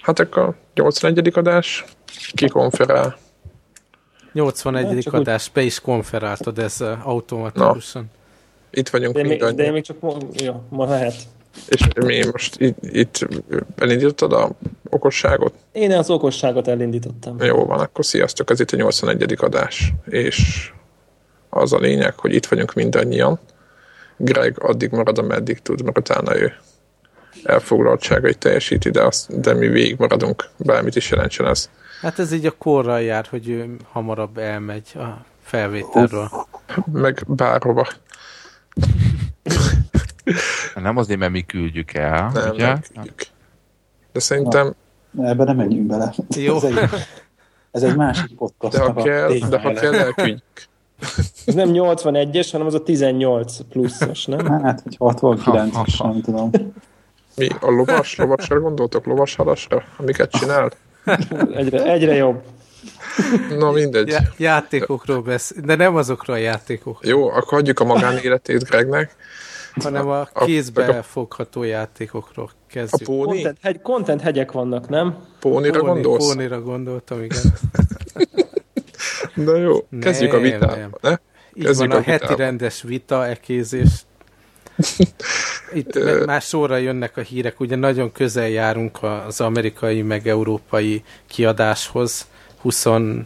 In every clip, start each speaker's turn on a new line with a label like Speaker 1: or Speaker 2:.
Speaker 1: Hát akkor a 81. adás kikonferál.
Speaker 2: 81. adás, be is konferáltad ez automatikusan.
Speaker 1: Na, itt vagyunk mindannyian.
Speaker 3: De még csak ma lehet.
Speaker 1: És mi most itt elindítottad a okosságot?
Speaker 3: Én az okosságot elindítottam.
Speaker 1: Jó van, akkor sziasztok, ez itt a 81. adás. És az a lényeg, hogy itt vagyunk mindannyian. Greg addig marad, ameddig tud, mert utána ő elfoglaltságait teljesíti, de mi végig maradunk, bármit is jelentsen ez.
Speaker 2: Hát ez így a korral jár, hogy ő hamarabb elmegy a felvételről.
Speaker 1: Meg bárhova.
Speaker 4: Nem azért, mert mi küldjük el,
Speaker 1: nem,
Speaker 4: ugye?
Speaker 1: Nem küldjük. De szerintem...
Speaker 5: Ebben nem menjünk bele.
Speaker 2: Jó.
Speaker 5: Ez egy másik podcast.
Speaker 1: De ha kell, elküldjük.
Speaker 3: Ez nem 81-es, hanem az a 18 pluszos, nem?
Speaker 5: Hát, hogy 69-es, nem tudom.
Speaker 1: Mi? A lovasra gondoltok? Lovashalasra? Amiket csinál?
Speaker 3: Egyre jobb.
Speaker 1: Na mindegy.
Speaker 2: Játékokról beszél, de nem azokról a játékokról.
Speaker 1: Jó, akkor hagyjuk a magánéletét Gregnek.
Speaker 2: Hanem a kézbe fogható játékokról kezdjük.
Speaker 1: A póni?
Speaker 3: Content hegyek vannak, nem?
Speaker 1: Pónira gondolsz?
Speaker 2: Pónira gondoltam, igen.
Speaker 1: Na jó, kezdjük a vitát. Ne?
Speaker 2: Így van a heti rendes vita, ekézés. Itt már sorra jönnek a hírek, ugye nagyon közel járunk az amerikai meg európai kiadáshoz. 20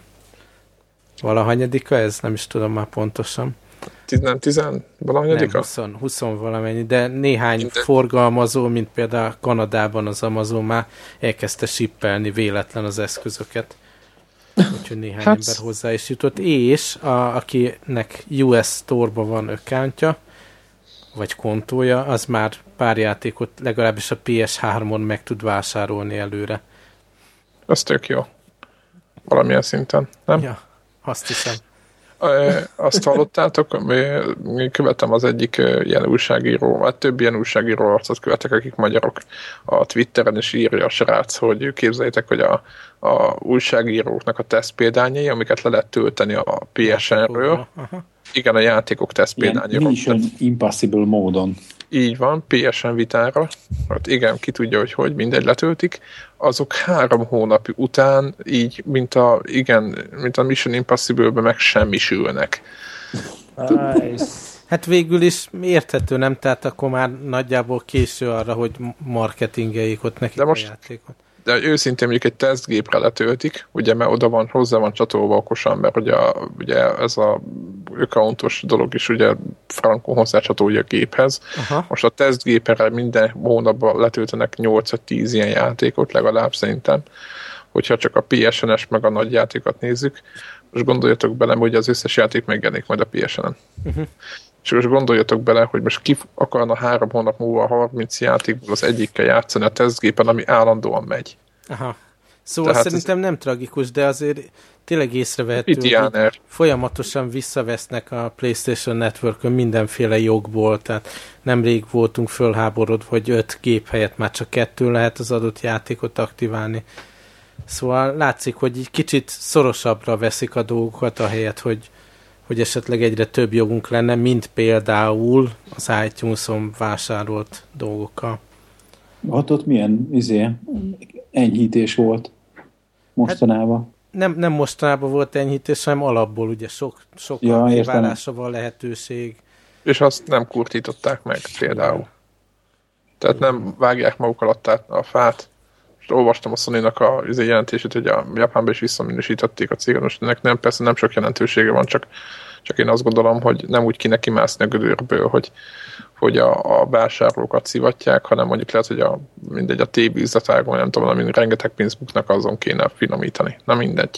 Speaker 2: valahanyadika ez? Nem is tudom már pontosan.
Speaker 1: 10 valahanyadika?
Speaker 2: Nem, 20 valamennyi, de néhány forgalmazó, mint például Kanadában az Amazon már elkezdte shippelni véletlen az eszközöket. Úgyhogy néhány ember hozzá is jutott. És akinek US Store-ban van accountja, vagy kontója, az már pár játékot legalábbis a PS3-on meg tud vásárolni előre.
Speaker 1: Az tök jó. Valamilyen szinten, nem?
Speaker 2: Ja, azt hiszem.
Speaker 1: Azt hallottátok? Követem az egyik ilyen újságíró, vagy több ilyen újságíró arcot követek, akik magyarok a Twitteren, és írja a srác, hogy képzeljétek, hogy a újságíróknak a tesztpéldányai, amiket le lehet tölteni a PSN-ről. Igen, a játékok tesztpéldányai.
Speaker 5: Mission Impossible módon.
Speaker 1: Így van, PSN vitára. Hát igen, ki tudja, hogy mindegy, letöltik. Azok 3 hónap után így, mint a Mission Impossible-ben megsemmisülnek.
Speaker 3: Nice.
Speaker 2: Hát végül is érthető, nem? Tehát akkor már nagyjából késő arra, hogy marketingeljék ott nekik a játékot.
Speaker 1: De őszintén mondjuk egy tesztgépre letöltik, ugye, mert hozzá van csatolva okosan, mert ugye ez a accountos dolog is ugye frankon hozzácsatolja a géphez. Aha. Most a tesztgépre minden hónapban letöltenek 8-10 ilyen játékot legalább szerintem, hogyha csak a PSN-es meg a nagy játékot nézzük. Most gondoljatok bele, hogy az összes játék megjelenik majd a PSN-en. És most gondoljatok bele, hogy most ki akarna 3 hónap múlva 30 játékból az egyikkel játszani a tesztgépen, ami állandóan megy.
Speaker 2: Aha. Szóval tehát szerintem nem tragikus, de azért tényleg észrevehető, hogy folyamatosan visszavesznek a PlayStation Network-ön mindenféle jogból, tehát nemrég voltunk fölháborodva, hogy 5 gép helyett már csak 2 lehet az adott játékot aktiválni. Szóval látszik, hogy egy kicsit szorosabbra veszik a dolgokat, ahelyett, hogy esetleg egyre több jogunk lenne, mint például az iTunes-on vásárolt dolgokkal.
Speaker 5: Ott milyen enyhítés volt mostanában?
Speaker 2: Hát nem mostanában volt enyhítés, hanem alapból ugye sok aktiválása van lehetőség.
Speaker 1: És azt nem kurtították meg például. Tehát nem vágják maguk alatt a fát. És olvastam a Sony-nak a jelentését, hogy a Japánban is visszaminősítették a céget. Most ennek persze nem sok jelentősége van, csak én azt gondolom, hogy nem úgy kéne kimászni a gödörből, hogy a vásárlókat szivatják, hanem mondjuk lehet, hogy a tévűzletágon, nem tudom, amin rengeteg pénzt buknak, azon kéne finomítani. Na mindegy.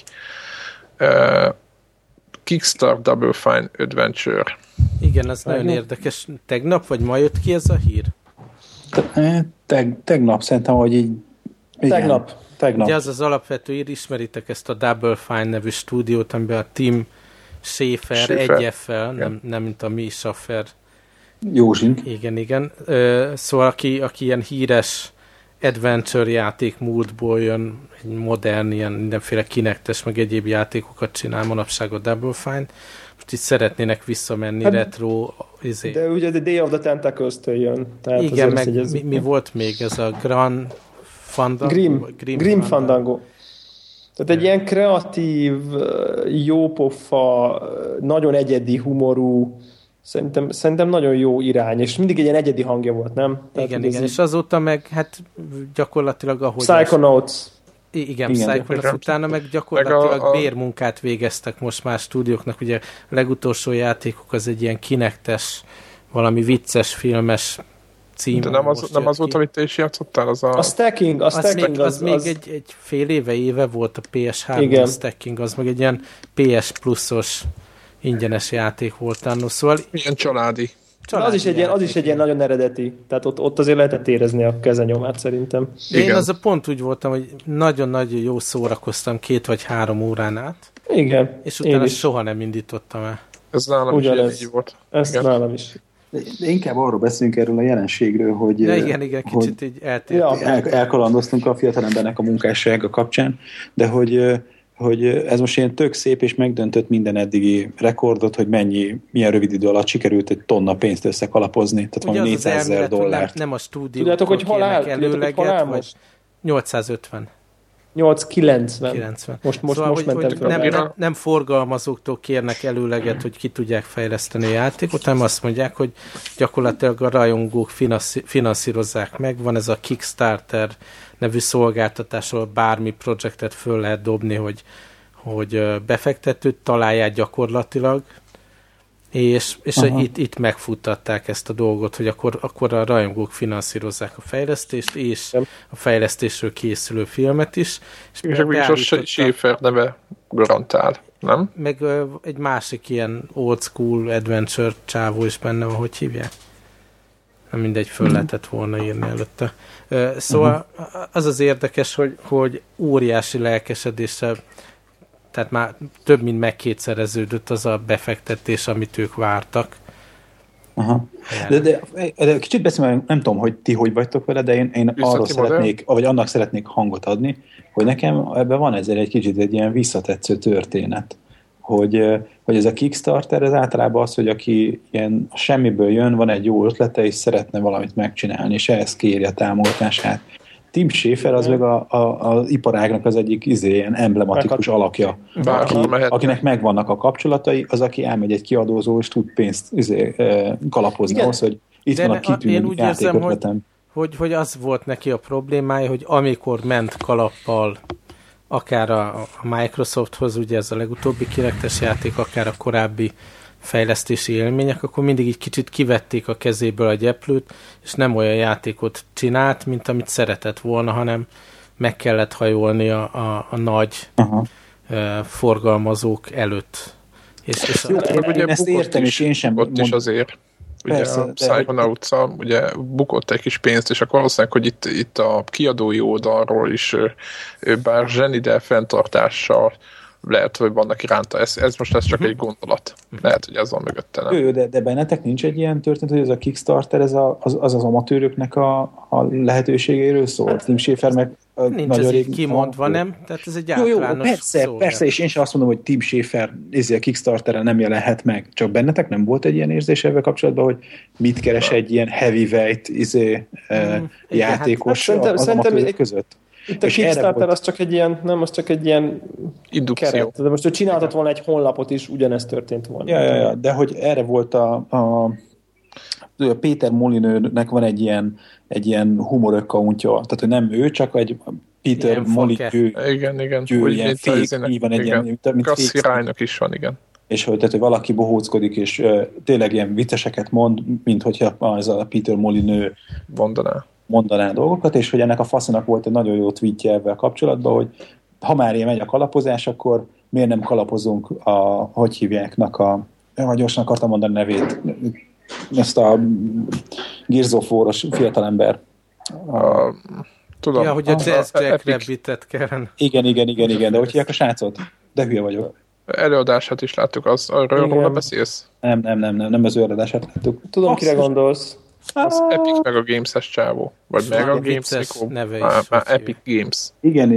Speaker 1: Kickstart Double Fine Adventure.
Speaker 2: Igen, ez nagyon érdekes. Tegnap vagy ma jött ki ez a hír?
Speaker 5: Tegnap szerintem, hogy így
Speaker 3: Tegnap.
Speaker 2: Ugye az alapvető hír, ismeritek ezt a Double Fine nevű stúdiót, amiben a Tim Schafer egy F-fel, nem mint a Mi Schaffer.
Speaker 5: Józsink.
Speaker 2: Igen. Szóval aki ilyen híres adventure játék múltból jön, egy modern, ilyen mindenféle kinektes, meg egyéb játékokat csinál manapság a Double Fine. Most itt szeretnének visszamenni retro...
Speaker 3: De ugye a Day of the Tentacles-től jön. Tehát
Speaker 2: igen, meg mi volt még? Ez a Grand Fandango?
Speaker 3: Grim Fandango. Tehát egy ilyen kreatív, jópofa, nagyon egyedi humorú, szerintem nagyon jó irány, és mindig egy ilyen egyedi hangja volt, nem?
Speaker 2: Igen, és azóta meg hát gyakorlatilag ahogy...
Speaker 3: Psychonauts.
Speaker 2: Igen, Psychonauts utána meg gyakorlatilag bérmunkát végeztek most már stúdióknak, ugye a legutolsó játékok az egy ilyen kinektes, valami vicces, filmes cím.
Speaker 1: De nem az volt, amit te is játszottál?
Speaker 3: A Stacking.
Speaker 2: Az még egy fél éve volt a PS3, a Stacking, az meg egy ilyen PS Plus-os ingyenes játék volt annól, szóval...
Speaker 1: Ilyen családi.
Speaker 3: Az is egy ilyen nagyon eredeti, tehát ott azért lehetett érezni a kezenyomát szerintem.
Speaker 2: Én az a pont úgy voltam, hogy nagyon-nagyon jó szórakoztam 2 vagy 3 órán át.
Speaker 3: Igen.
Speaker 2: És utána soha nem indítottam el.
Speaker 1: Ez nálam is így volt.
Speaker 3: Ez nálam is.
Speaker 5: De inkább arról beszélünk erről a jelenségről, hogy...
Speaker 2: Igen, kicsit így eltértünk.
Speaker 5: Elkalandoztunk a fiatalembernek a munkássága kapcsán, de hogy ez most ilyen tök szép, és megdöntött minden eddigi rekordot, hogy milyen rövid idő alatt sikerült egy tonna pénzt összekalapozni, tehát valami 400 000 dollárt.
Speaker 2: Nem a stúdióktól kérnek előleget, vagy 850.
Speaker 3: 890. Most
Speaker 2: szóval,
Speaker 3: mentem fel.
Speaker 2: Nem forgalmazóktól kérnek előleget, hogy ki tudják fejleszteni a játékot, hanem azt mondják, hogy gyakorlatilag a rajongók finanszírozzák meg. Van ez a Kickstarter nevű szolgáltatás, ahol bármi projektet föl lehet dobni, hogy befektetőt találják gyakorlatilag, és itt megfuttatták ezt a dolgot, hogy akkor a rajongók finanszírozzák a fejlesztést, és a fejlesztésről készülő filmet is.
Speaker 1: És akkor is a Schaefer neve garantál, nem?
Speaker 2: Meg egy másik ilyen old school adventure csávó is benne van, hogy hívják? Nem mindegy, föl lehetett volna írni előtte. Szóval az érdekes, hogy óriási lelkesedéssel, tehát már több mint megkétszereződött az a befektetés, amit ők vártak.
Speaker 5: Aha. De kicsit beszélni, nem tudom, hogy ti hogy vagytok vele, de én arról szeretnék, vagy annak szeretnék hangot adni, hogy nekem ebben van ezzel egy kicsit egy ilyen visszatetsző történet. Hogy ez a Kickstarter, ez általában az, hogy aki ilyen semmiből jön, van egy jó ötlete, és szeretne valamit megcsinálni, és ehhez kéri a támogatását. Tim Schafer az meg az iparágnak az egyik ilyen emblematikus alakja. Akinek megvannak a kapcsolatai, az, aki elmegy egy kiadózó, és tud pénzt kalapozni ahhoz, hogy itt van a kitűnő játékötletem.
Speaker 2: Hogy az volt neki a problémája, hogy amikor ment kalappal akár a Microsofthoz, ugye ez a legutóbbi kinektes játék, akár a korábbi fejlesztési élmények, akkor mindig így kicsit kivették a kezéből a gyeplőt, és nem olyan játékot csinált, mint amit szeretett volna, hanem meg kellett hajolni a nagy forgalmazók előtt.
Speaker 5: Jó, én ezt értem, és én sem
Speaker 1: ott is azért. Ugye persze, a Psychonauts-a ugye bukott egy kis pénzt, és akkor valószínűleg, hogy itt a kiadói oldalról is bár zseni, de fenntartással lehet, hogy vannak iránta. Ez most csak egy gondolat. Lehet, hogy ez van mögötte, nem?
Speaker 5: Jó, de bennetek nincs egy ilyen történet, hogy ez a Kickstarter, ez az amatőröknek a lehetőségeiről szól? Tim Schafer meg
Speaker 2: nincs ez így kimondva, nem? Tehát ez egy általános
Speaker 5: persze, és én sem azt mondom, hogy Tim Schafer a Kickstarterrel nem jelenhet meg. Csak bennetek nem volt egy ilyen érzés ebben kapcsolatban, hogy mit keres egy ilyen heavyweight játékos az amatőrök között?
Speaker 3: Itt a Kickstarter az csak egy ilyen, nem, az csak egy ilyen
Speaker 1: indukció.
Speaker 3: Keret. De most, hogy csináltat volna egy honlapot is, ugyanezt történt volna.
Speaker 5: Ja, de hogy erre volt a Peter Molyneux-nek van egy ilyen humor accountja, tehát hogy nem ő, csak egy Peter Molyneux
Speaker 1: igen.
Speaker 5: Ilyen fake, van egy ilyen,
Speaker 1: mint Kassziránynak is van, igen.
Speaker 5: És hogy valaki bohóckodik, és tényleg ilyen vicceseket mond, mint hogyha ez a Peter Molyneux mondaná dolgokat, és hogy ennek a faszonak volt egy nagyon jó tweetje ebben kapcsolatban, hogy ha már ilyen megy a kalapozás, akkor miért nem kalapozunk hogy hívjáknak majd gyorsan akartam mondani nevét, ezt a Gears of War-os fiatalember.
Speaker 2: Tudom. Ja, hogy a Jazz Jack Rabbitet kellene.
Speaker 5: Igen, de hogy hívják a srácot? De hülye vagyok.
Speaker 1: Előadását is láttuk, arról beszélsz?
Speaker 5: Nem az ő előadását láttuk.
Speaker 3: Tudom, kire gondolsz.
Speaker 1: Az Epic meg a Games-es csávó. Vagy meg a Games
Speaker 2: neve is.
Speaker 1: Epic Games.
Speaker 5: Igen,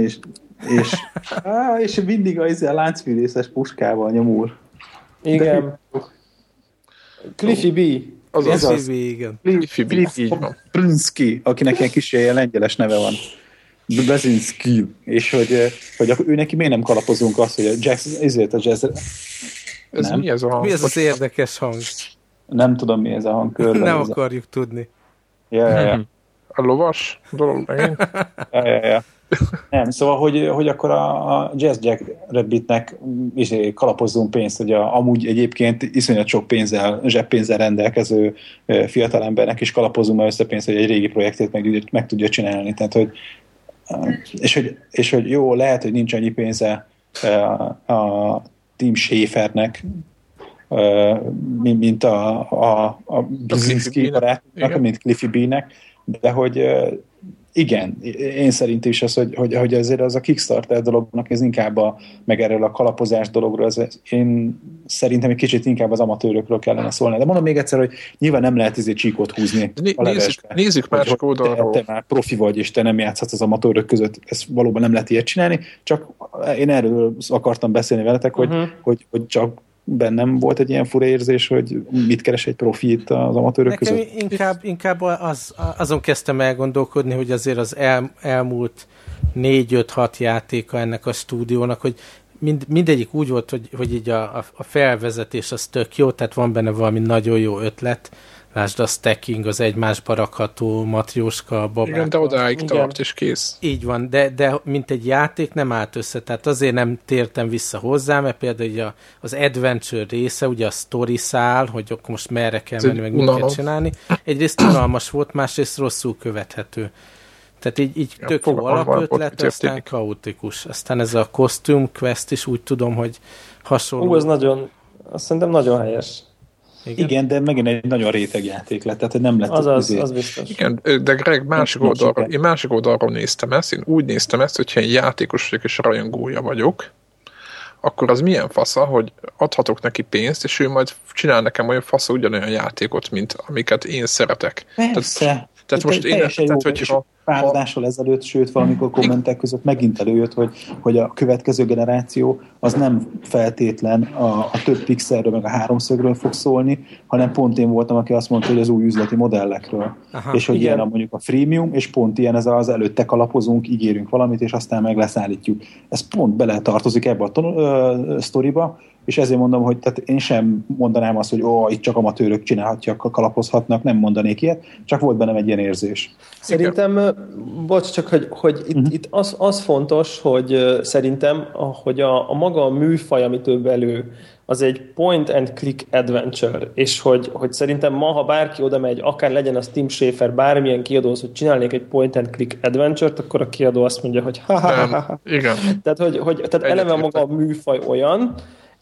Speaker 5: és mindig a láncfűrészes puskával nyomul.
Speaker 3: Igen. Cliffy B.
Speaker 2: Cliffy B, igen.
Speaker 5: Cliffy B, így van. Prunski, akinek ilyen kis ilyen lengyeles neve van. Brzezinski, és hogy akkor ő neki miért nem kalapozunk azt, hogy a jazz...
Speaker 1: Ez mi ez a hang?
Speaker 2: Mi ez az érdekes hang?
Speaker 5: Nem tudom, mi ez a hang.
Speaker 2: Nem akarjuk tudni.
Speaker 5: Ja.
Speaker 1: A lovas dolog megint?
Speaker 5: Ja. Nem, szóval, hogy akkor a Jazz Jack Rabbitnek kalapozzunk pénzt, hogy amúgy egyébként iszonyat sok zseppénzzel rendelkező fiatalembernek is kalapozzunk már össze pénzt, hogy egy régi projektét meg tudja csinálni. Tehát, és hogy jó, lehet, hogy nincs annyi pénze a Tim Schafernek, mint a Brzezinski barátnak, mint Cliffy B-nek, de hogy igen, én szerint is az, hogy azért az a Kickstarter dolognak, ez inkább meg erről a kalapozás dologról, én szerintem egy kicsit inkább az amatőrökről kellene szólni. De mondom még egyszer, hogy nyilván nem lehet csíkot húzni a levesbe.
Speaker 1: Nézzük másik oldalról.
Speaker 5: Te már profi vagy, és te nem játszhatsz az amatőrök között, ezt valóban nem lehet ilyet csinálni, csak én erről akartam beszélni veletek, hogy csak bennem volt egy ilyen fura érzés, hogy mit keres egy profi itt az amatőrök között.
Speaker 2: Inkább azon kezdtem elgondolkodni, hogy azért az elmúlt 4-5-6 játéka ennek a stúdiónak, hogy mindegyik úgy volt, hogy így a felvezetés az tök jó, tehát van benne valami nagyon jó ötlet, lásd a stacking, az egymásba rakható matrióska, babák.
Speaker 1: Igen, de odáig tart, és kész.
Speaker 2: Így van, de mint egy játék nem állt össze, tehát azért nem tértem vissza hozzá, mert például az adventure része, ugye a story szál, hogy akkor most merre kell menni, meg mit kell csinálni. Egyrészt unalmas volt, másrészt rosszul követhető. Tehát így tök jó alapötlet, aztán kaotikus. Aztán ez a costume quest is úgy tudom, hogy hasonló.
Speaker 3: Ez nagyon, azt szerintem nagyon helyes.
Speaker 5: Igen, de megint egy nagyon réteg játék lett, tehát nem lett
Speaker 3: az biztos.
Speaker 1: Igen, de Greg, én másik oldalról néztem ezt, én úgy néztem ezt, hogyha én játékos vagyok és rajongója vagyok, akkor az milyen fasza, hogy adhatok neki pénzt, és ő majd csinál nekem olyan fasza ugyanolyan játékot, mint amiket én szeretek.
Speaker 5: Persze.
Speaker 1: Tehát most
Speaker 5: pár adással ezelőtt, sőt valamikor kommentek között megint előjött, hogy a következő generáció az nem feltétlen a több pixelről, meg a háromszögről fog szólni, hanem pont én voltam, aki azt mondta, hogy az új üzleti modellekről. Aha, és hogy igen. Ilyen mondjuk a freemium, és pont ilyen ez az előtte kalapozunk, ígérünk valamit, és aztán meg leszállítjuk. Ez pont bele tartozik ebbe a sztoriba, és ezért mondom, hogy tehát én sem mondanám azt, hogy itt csak amatőrök csinálhatják, kalapozhatnak, nem mondanék ilyet, csak volt bennem egy ilyen érzés.
Speaker 3: Szerintem, bocs, csak hogy itt az fontos, hogy szerintem, hogy a maga a műfaj, amit ő belő, az egy point and click adventure, és hogy szerintem ma, ha bárki oda megy, akár legyen az Tim Schafer, bármilyen kiadóhoz, hogy csinálnék egy point and click adventure-t, akkor a kiadó azt mondja, hogy
Speaker 1: igen.
Speaker 3: Tehát eleve maga a műfaj olyan.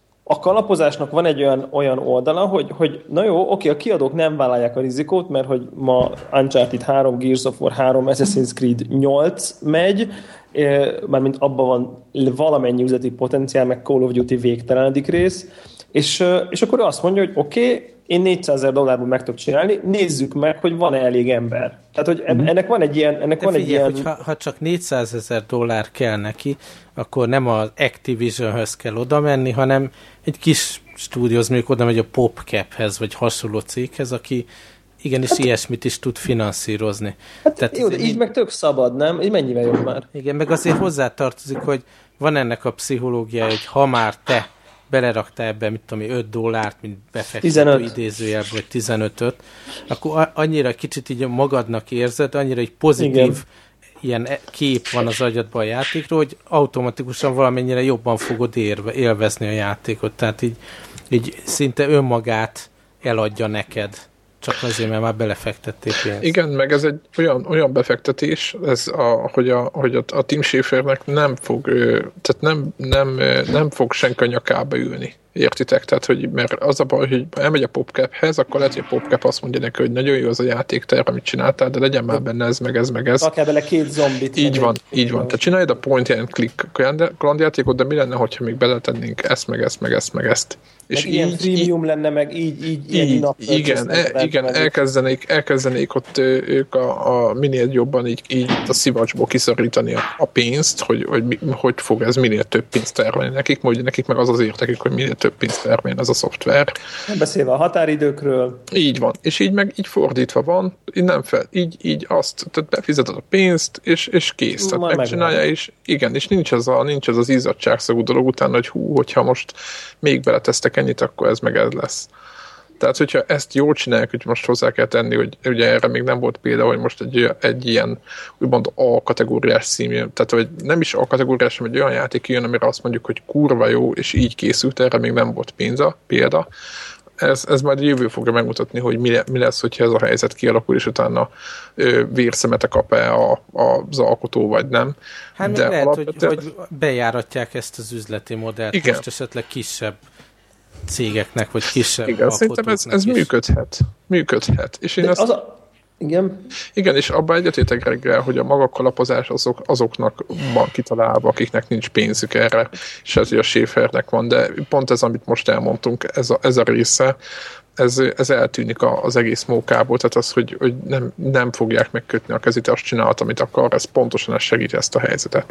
Speaker 3: A kalapozásnak van egy olyan oldala, hogy na jó, oké, a kiadók nem vállalják a rizikót, mert hogy ma Uncharted 3, Gears of War 3, Assassin's Creed 8 megy, mármint abban van valamennyi üzleti potenciál, meg Call of Duty végtelenedik rész, és akkor ő azt mondja, hogy oké, én $400,000 meg tudok csinálni, nézzük meg, hogy van-e elég ember. Tehát, hogy ennek van egy ilyen...
Speaker 2: Hogy ha csak $400,000 kell neki, akkor nem az Activisionhöz kell oda menni, hanem egy kis stúdióhoz, mondjuk oda megy a PopCaphez, vagy hasonló céghez, aki igenis ilyesmit is tud finanszírozni.
Speaker 3: Tehát jó, de így meg tök szabad, nem? Így mennyivel jobb már?
Speaker 2: Igen, meg azért hozzátartozik, hogy van ennek a pszichológiája, hogy ha már te beleraktál ebbe, mit tudom, $5, mint befektető idézőjelben, vagy 15-öt, akkor annyira kicsit így magadnak érzed, annyira egy pozitív ilyen kép van az agyadban a játékról, hogy automatikusan valamennyire jobban fogod élvezni a játékot. Tehát így szinte önmagát eladja neked. Csak azért, mert már belefektettél pénzt.
Speaker 1: Igen, meg ez egy olyan befektetés, hogy a Tim Schafernek nem fog, tehát nem fog senki a nyakába ülni. Értitek? Tehát, hogy mert az a baj, hogy elmegy a PopCaphez, akkor lehet, hogy a PopCap azt mondja neki, hogy nagyon jó az a játékterv, amit csináltál, de legyen már benne ez, meg ez, meg ez.
Speaker 3: Akár bele 2 zombit.
Speaker 1: Így van. Tehát csinálj a point and click kalandjátékot, de mi lenne, hogyha még beletennénk ezt, meg ezt, meg ezt, meg ezt.
Speaker 3: És meg ilyen freemium lenne, meg így
Speaker 1: igen, elkezdenék ott ők a minél jobban így a szivacsból kiszorítani a pénzt, hogy fog ez minél több pénzt termelni nekik, majd nekik meg az értekük, hogy minél több pénzt termeljen ez a szoftver.
Speaker 3: Nem beszélve a határidőkről.
Speaker 1: Így van, és így meg így fordítva van, így azt, tehát befizeted a pénzt, és kész. Tehát megcsinálja, és igen, és nincs ez az izzadságszagú dolog után, hogy hogyha most még beletesztek ennyit, akkor ez meg ez lesz. Tehát, hogyha ezt jól csinálják, hogy most hozzá kell tenni, hogy ugye erre még nem volt példa, hogy most egy ilyen úgymond A-kategóriás cím, tehát hogy nem is A-kategóriás, hanem egy olyan játék jön, amire azt mondjuk, hogy kurva jó, és így készült, erre még nem volt példa. Ez majd jövő fogja megmutatni, hogy mi lesz, hogyha ez a helyzet kialakul, és utána vérszemete kap-e az alkotó, vagy nem.
Speaker 2: Hát de lehet, hogy bejáratják ezt az üzleti modellt, igen. Most esetleg kisebb cégeknek, vagy kisebb alkotóknak.
Speaker 1: Szerintem ez működhet. És én
Speaker 3: igen.
Speaker 1: Igen, és abban egyetértek reggel, hogy a maga kalapozás azoknak van kitalálva, akiknek nincs pénzük erre, és ez a Schaefernek van, de pont ez, amit most elmondtunk, ez a része, ez eltűnik az egész mókából, tehát az, hogy nem fogják megkötni a kezét, azt csinálhat, amit akar, ez pontosan segíti ezt a helyzetet.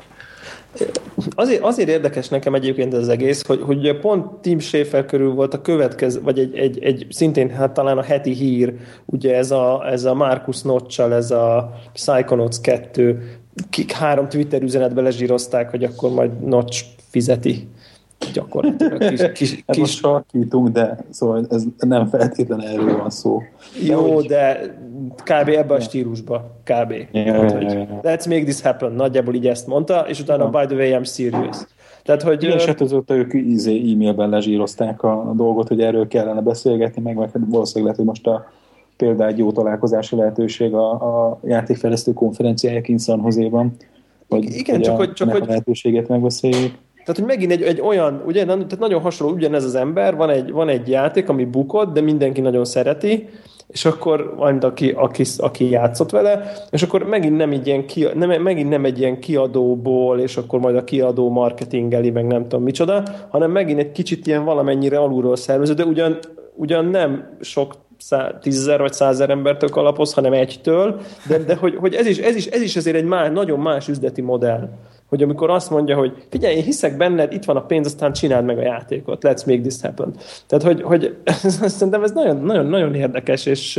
Speaker 3: Azért érdekes nekem egyébként az egész, hogy pont Tim Schafer körül volt a következő, vagy egy szintén hát talán a heti hír, ugye ez a Marcus Notch-sal, ez a Psychonauts 2, 3 Twitter üzenetbe lezsírozták, hogy akkor majd Notch fizeti gyakorlatilag kis
Speaker 5: most sarkítunk, de szóval ez nem feltétlenül erről van szó.
Speaker 3: Jó, de kb. Ebbe a stílusba. Kb. Let's make this happen. Nagyjából így ezt mondta, és utána by the way, I'm serious. Tehát, hogy...
Speaker 5: És azóta ők e-mailben lezsírozták a dolgot, hogy erről kellene beszélgetni, meg valószínűleg lehet, hogy most például egy jó találkozási lehetőség a játékfejlesztő konferenciája San Jose-ban,
Speaker 3: igen, csak
Speaker 5: hogy lehetőséget megbeszéljük.
Speaker 3: Tehát, hogy megint egy olyan, ugye, tehát nagyon hasonló, ugyanez az ember, van egy játék, ami bukott, de mindenki nagyon szereti, és akkor majd aki játszott vele, és akkor megint nem egy ilyen kiadóból, és akkor majd a kiadó marketingeli, meg nem tudom micsoda, hanem megint egy kicsit ilyen valamennyire alulról szervező, de ugyan nem sok 10,000 vagy 100,000 embertől kalapoz, hanem egytől, de hogy ez is azért egy nagyon más üzleti modell. Hogy amikor azt mondja, hogy figyelj, én hiszek benned, itt van a pénz, aztán csináld meg a játékot, let's make this happen. Tehát, hogy szerintem ez nagyon érdekes, és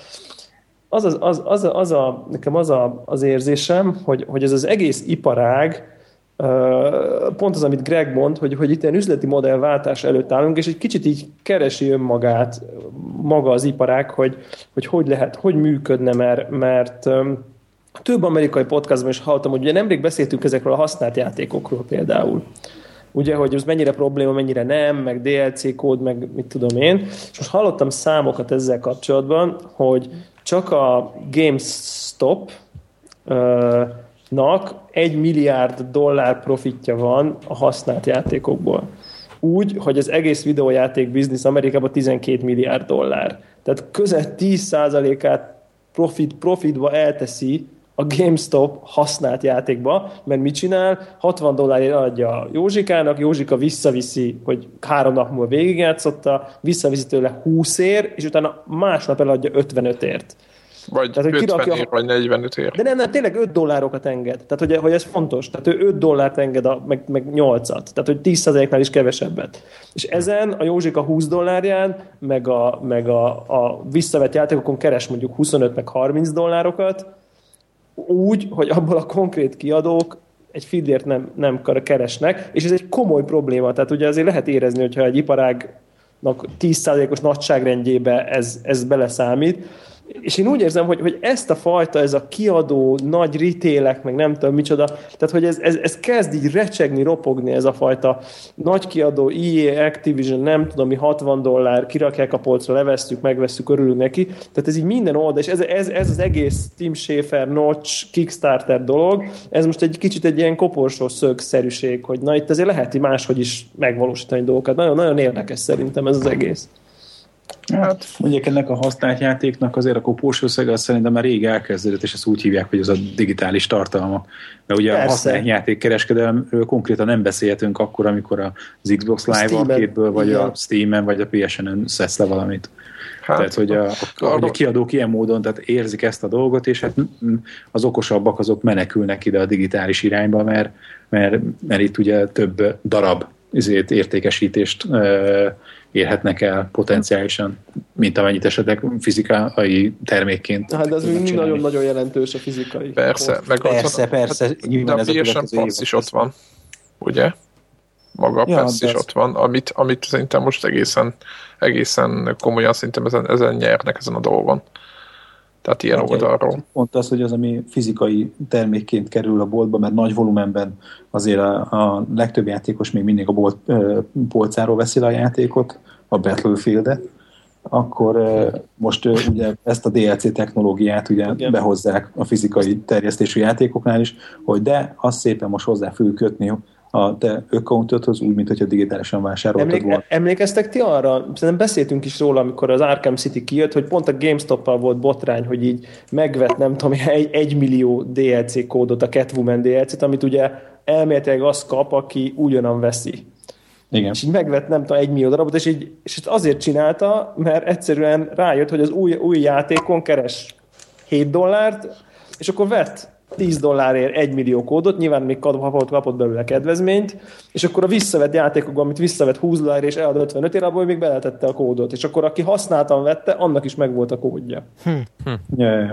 Speaker 3: nekem az érzésem, hogy ez az egész iparág, pont az, amit Greg mond, hogy itt ilyen üzleti modellváltás előtt állunk, és egy kicsit így keresi önmagát maga az iparág, hogy lehet, hogy működne, mert több amerikai podcastban is hallottam, hogy ugye nemrég beszéltünk ezekről a használt játékokról például. Ugye, hogy ez mennyire probléma, mennyire nem, meg DLC kód, meg mit tudom én. És most hallottam számokat ezzel kapcsolatban, hogy csak a GameStop nak $1 milliárd profitja van a használt játékokból. Úgy, hogy az egész videójáték biznisz Amerikában $12 milliárd. Tehát közel 10%-át profitba elteszi a GameStop használt játékba, mert mit csinál? $60 adja Józsikának, Józsika visszaviszi, hogy 3 nap múlva végigjátszotta, visszaviszi tőle 20-ért, és utána másnap eladja 55-ért.
Speaker 1: Vagy tehát, 50-ért, vagy 45-ért.
Speaker 3: De nem, tényleg $5 enged. Tehát, hogy ez fontos. Tehát ő $5 enged, meg 8-at. Tehát, hogy 10%-nál is kevesebbet. És ezen a Józsika $20, meg a visszavett játékokon keres mondjuk 25 meg $30, úgy, hogy abból a konkrét kiadók egy fillért nem keresnek, és ez egy komoly probléma. Tehát ugye azért lehet érezni, hogyha egy iparágnak 10%-os nagyságrendjébe ez beleszámít, és én úgy érzem, hogy ezt a fajta, ez a kiadó, nagy retailek, meg nem tudom micsoda, tehát hogy ez kezd így recsegni, ropogni, ez a fajta nagy kiadó, EA, Activision, nem tudom mi, $60, kirakják a polcra, levesszük, megvesszük, örülünk neki. Tehát ez így minden oldal, és ez az egész Tim Schafer, Notch, Kickstarter dolog, ez most egy kicsit egy ilyen koporsó szögszerűség, hogy na itt azért lehet máshogy is megvalósítani dolgokat. Nagyon-nagyon érdekes szerintem ez az egész.
Speaker 5: Hát mondjuk ennek a használt játéknak azért a kopós összeg az szerintem már rég elkezdődött, és ezt úgy hívják, hogy az a digitális tartalmak. Mert ugye a használt játékkereskedelemről konkrétan nem beszélhetünk akkor, amikor az Xbox Live Arcade-ből, vagy a Steam-en, vagy a PSN-en szesz le valamit. Hát, tehát, hogy a kiadók ilyen módon tehát érzik ezt a dolgot, és hát az okosabbak azok menekülnek ide a digitális irányba, mert itt ugye több darab értékesítést érhetnek el potenciálisan, mint amennyit esetleg fizikai termékként.
Speaker 3: Hát az nagyon-nagyon jelentős a fizikai.
Speaker 1: Persze.
Speaker 5: Persze.
Speaker 1: De a PSN Pass is ott van, ugye? Maga a PESZ is ott van, amit szerintem most egészen komolyan szerintem ezen nyernek ezen a dolgon. Tehát ilyen oldalról.
Speaker 5: Pont az, hogy az, ami fizikai termékként kerül a boltba, mert nagy volumenben azért a legtöbb játékos még mindig a bolt polcáról veszi a játékot, a Battlefield-et, akkor most ugye ezt a DLC technológiát ugye behozzák a fizikai terjesztésű játékoknál is, hogy de azt szépen most hozzá fogjuk kötni a te accountodhoz, úgy, mint hogyha digitálisan vásároltad volna.
Speaker 3: Emlékeztek ti arra? Szerintem beszéltünk is róla, amikor az Arkham City kijött, hogy pont a GameStop-pal volt botrány, hogy így megvett, nem tudom, 1 millió DLC kódot, a Catwoman DLC-t, amit ugye elméletileg az kap, aki ugyanan veszi.
Speaker 5: Igen.
Speaker 3: És így megvett, nem tudom, 1 millió darabot, és ezt azért csinálta, mert egyszerűen rájött, hogy az új játékon keres $7, és akkor vett $10 1 millió kódot, nyilván még kapott belőle kedvezményt, és akkor a visszavett játékokban, amit visszavett $20 és eladott 55 abból még beletette a kódot, és akkor aki használtan vette, annak is megvolt a kódja.
Speaker 5: Yeah.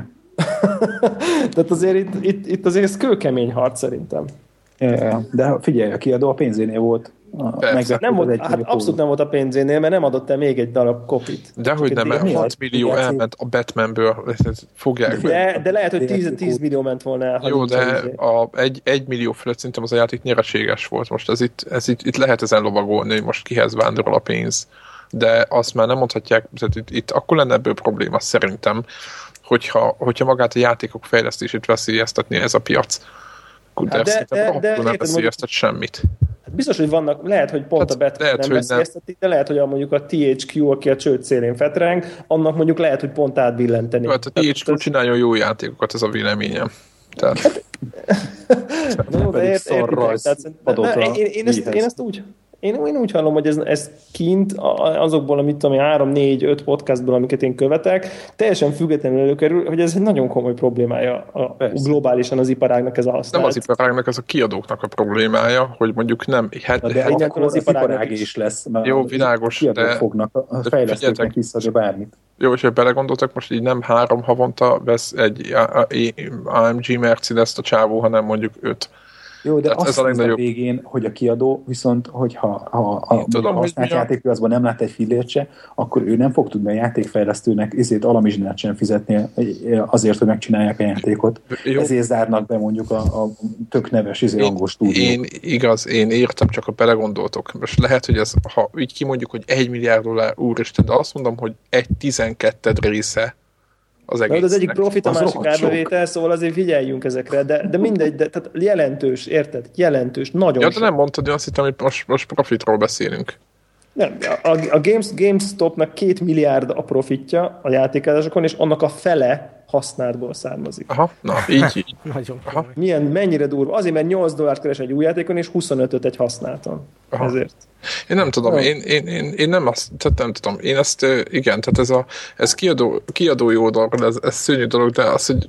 Speaker 3: Tehát azért itt azért ez kőkemény harc szerintem.
Speaker 5: De figyelj, a kiadó a pénzénél volt.
Speaker 3: Nem volt, abszolút nem volt a pénzénél, mert nem adott el még egy darab kopit.
Speaker 1: Dehogy nem, mert 6 millió elment a Batmanből, fogják
Speaker 3: de lehet, hogy 10 millió ment volna el.
Speaker 1: Jó, de egy millió fölött szerintem az a játék nyereséges volt. Most ez itt lehet ezen lovagolni, hogy most kihez vándorol a pénz. De azt már nem mondhatják, itt akkor lenne ebből probléma szerintem, hogyha magát a játékok fejlesztését veszélyeztetné ez a piac. De nem veszélyeztet semmit.
Speaker 3: Biztos, hogy vannak, lehet, hogy pont a Batman nem veszélyeztetik, de lehet, hogy mondjuk a THQ, aki a csőd szélén fetreng, annak mondjuk lehet, hogy pont átbillenteni.
Speaker 1: Hát a THQ csinálja jó játékokat, ez a véleményem. Tehát...
Speaker 3: No, de én ezt úgy... Én úgy hallom, hogy ez kint azokból, amit 3-4-5 podcastból, amiket én követek, teljesen függetlenül előkerül, hogy ez egy nagyon komoly problémája globálisan az iparágnak ez a használat.
Speaker 1: Nem az iparágnak, ez a kiadóknak a problémája, hogy mondjuk nem...
Speaker 5: De akkor az iparág is lesz.
Speaker 1: Jó, világos,
Speaker 5: de fognak a fejlesztőknek visszadni bármit.
Speaker 1: Jó, és hogy belegondoltak, most így nem 3 havonta vesz egy AMG Mercedes-t a csávó, hanem mondjuk 5.
Speaker 5: Jó, de azt mondta a végén, hogy a kiadó viszont, hogyha a használt játékpiacban nem lát egy fillért se, akkor ő nem fog tudni a játékfejlesztőnek alamizsnát sem fizetni azért, hogy megcsinálják a játékot. Jó. Ezért zárnak be mondjuk a tök neves angol stúdiót.
Speaker 1: Én értem, csak a belegondoltok. Most lehet, hogy ez, ha így kimondjuk, hogy $1 milliárd, úristen, de azt mondom, hogy 1/12 része az egész.
Speaker 3: Az egyik profit, a másik árbevétel, szóval azért figyeljünk ezekre, de mindegy, tehát jelentős, érted? Jelentős, nagyon.
Speaker 1: Ja, de nem mondtad, hogy azt hittem, hogy most profitról beszélünk.
Speaker 3: Nem, a GameStopnak 2 milliárd a profitja a játékázásokon, és annak a fele használtból származik.
Speaker 1: Aha, na, így.
Speaker 3: Nagyon. Mennyire durva. Azért, mert $8 keres egy új játékon, és 25-öt egy használtan. Aha. Ezért.
Speaker 1: Én nem tudom, én nem azt, tehát nem tudom, én ezt, igen, tehát ez kiadói oldalról, ez szörnyű dolog, de az, hogy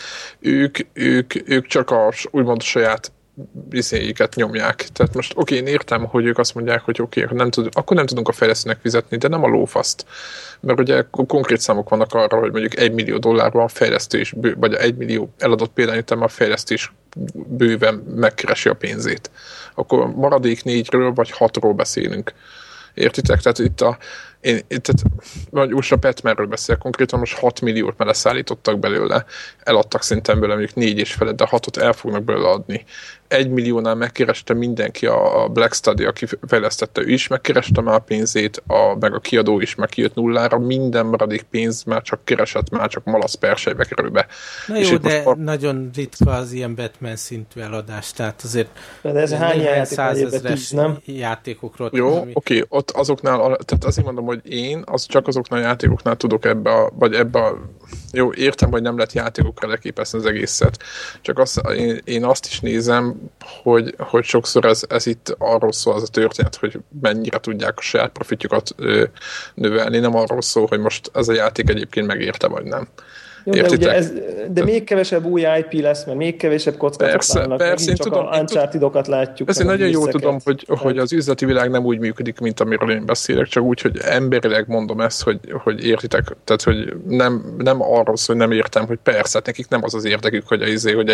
Speaker 1: ők csak úgymond saját bizonyéket nyomják. Tehát most én értem, hogy ők azt mondják, hogy akkor nem tudunk a fejlesztőnek fizetni, de nem a lófaszt. Mert ugye konkrét számok vannak arra, hogy mondjuk $1 millió van fejlesztés, vagy 1 millió eladott példányután a fejlesztés bőven megkeresi a pénzét. Akkor maradék 4-ről vagy 6-ról beszélünk. Értitek? Tehát most a Batmanről beszél, konkrétan most 6 milliót már leszállítottak belőle, eladtak szinten belőle mondjuk 4,5, de 6-ot el fognak belőle adni. 1 milliónál megkereste mindenki, a Black Study, aki fejlesztette, ő is megkereste már a pénzét, meg a kiadó is meg kijött nullára, minden maradék pénz már csak keresett, már csak malasz persejbe kerül be.
Speaker 2: Na jó, de nagyon ritka az ilyen Batman szintű eladás, tehát azért
Speaker 3: de ez hány
Speaker 2: százezres játékokról.
Speaker 1: Jó, oké, ott azoknál, tehát azért mondom, hogy én csak azoknál a játékoknál tudok ebbe jó, értem, hogy nem lehet játékokra leképezni az egészet, csak én azt is nézem, hogy sokszor ez itt arról szól az a történet, hogy mennyire tudják a saját profitjukat növelni, nem arról szól, hogy most ez a játék egyébként megérte, vagy nem.
Speaker 3: Jó, de, ugye de még kevesebb új IP lesz, mert még kevesebb kockázatok vannak,
Speaker 1: persze,
Speaker 3: csak a Uncharted-okat látjuk.
Speaker 1: Ezt én nagyon jól tudom, hogy az üzleti világ nem úgy működik, mint amiről én beszélek, csak úgy, hogy emberileg mondom ezt, hogy értitek, tehát hogy nem arról szól, hogy nem értem, hogy persze, nekik nem az az érdekük, hogy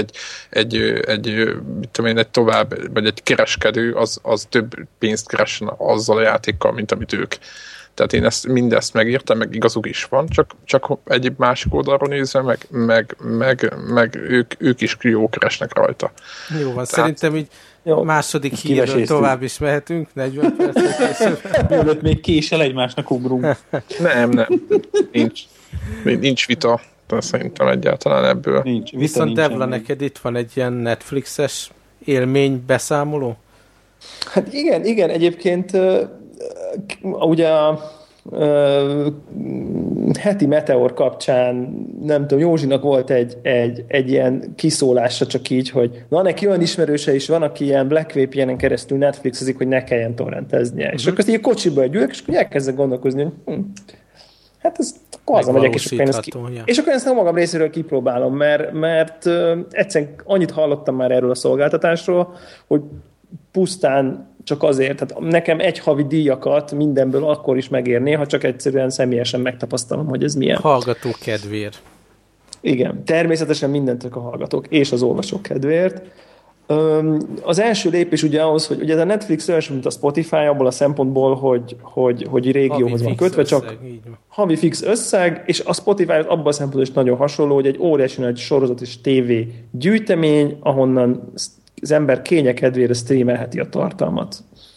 Speaker 1: egy tovább, vagy egy kereskedő, az több pénzt keressen azzal a játékkal, mint amit ők. Tehát én mindezt megértem, meg igazuk is van, csak egyéb másik oldalról nézve, meg ők is jó keresnek rajta.
Speaker 2: Jó van, tehát, szerintem így második hírről tovább is mehetünk, 40 percet később.
Speaker 5: Mielőtt még késel egymásnak ugrunk.
Speaker 1: Nem. Nincs vita, de szerintem egyáltalán ebből.
Speaker 2: Viszont Devla, neked itt van egy ilyen Netflixes élmény beszámoló?
Speaker 3: Hát igen, egyébként ugye a heti Meteor kapcsán, nem tudom, Józsinak volt egy ilyen kiszólása csak így, hogy neki olyan ismerőse is van, aki ilyen Black VPN-en keresztül Netflixezik, hogy ne kelljen torrenteznie. És akkor azt így kocsiba gyűlök, és akkor elkezdek gondolkozni, hogy hát ez akkor hazamegyek, és akkor ezt a magam részéről kipróbálom, mert egyszerűen annyit hallottam már erről a szolgáltatásról, hogy pusztán csak azért, tehát nekem egy havi díjakat mindenből akkor is megérné, ha csak egyszerűen személyesen megtapasztalom, hogy ez milyen.
Speaker 2: Hallgató kedvéért.
Speaker 3: Igen, természetesen mindent a hallgatók és az olvasók kedvéért. Az első lépés ugye ahhoz, hogy ugye a Netflix olyan, mint a Spotify, abból a szempontból, hogy régióhoz van kötve, csak havi fix összeg, és a Spotify abban a szempontból is nagyon hasonló, hogy egy óriási nagy sorozat és tévé gyűjtemény, ahonnan az ember kénye kedvére streamelheti a tartalmat.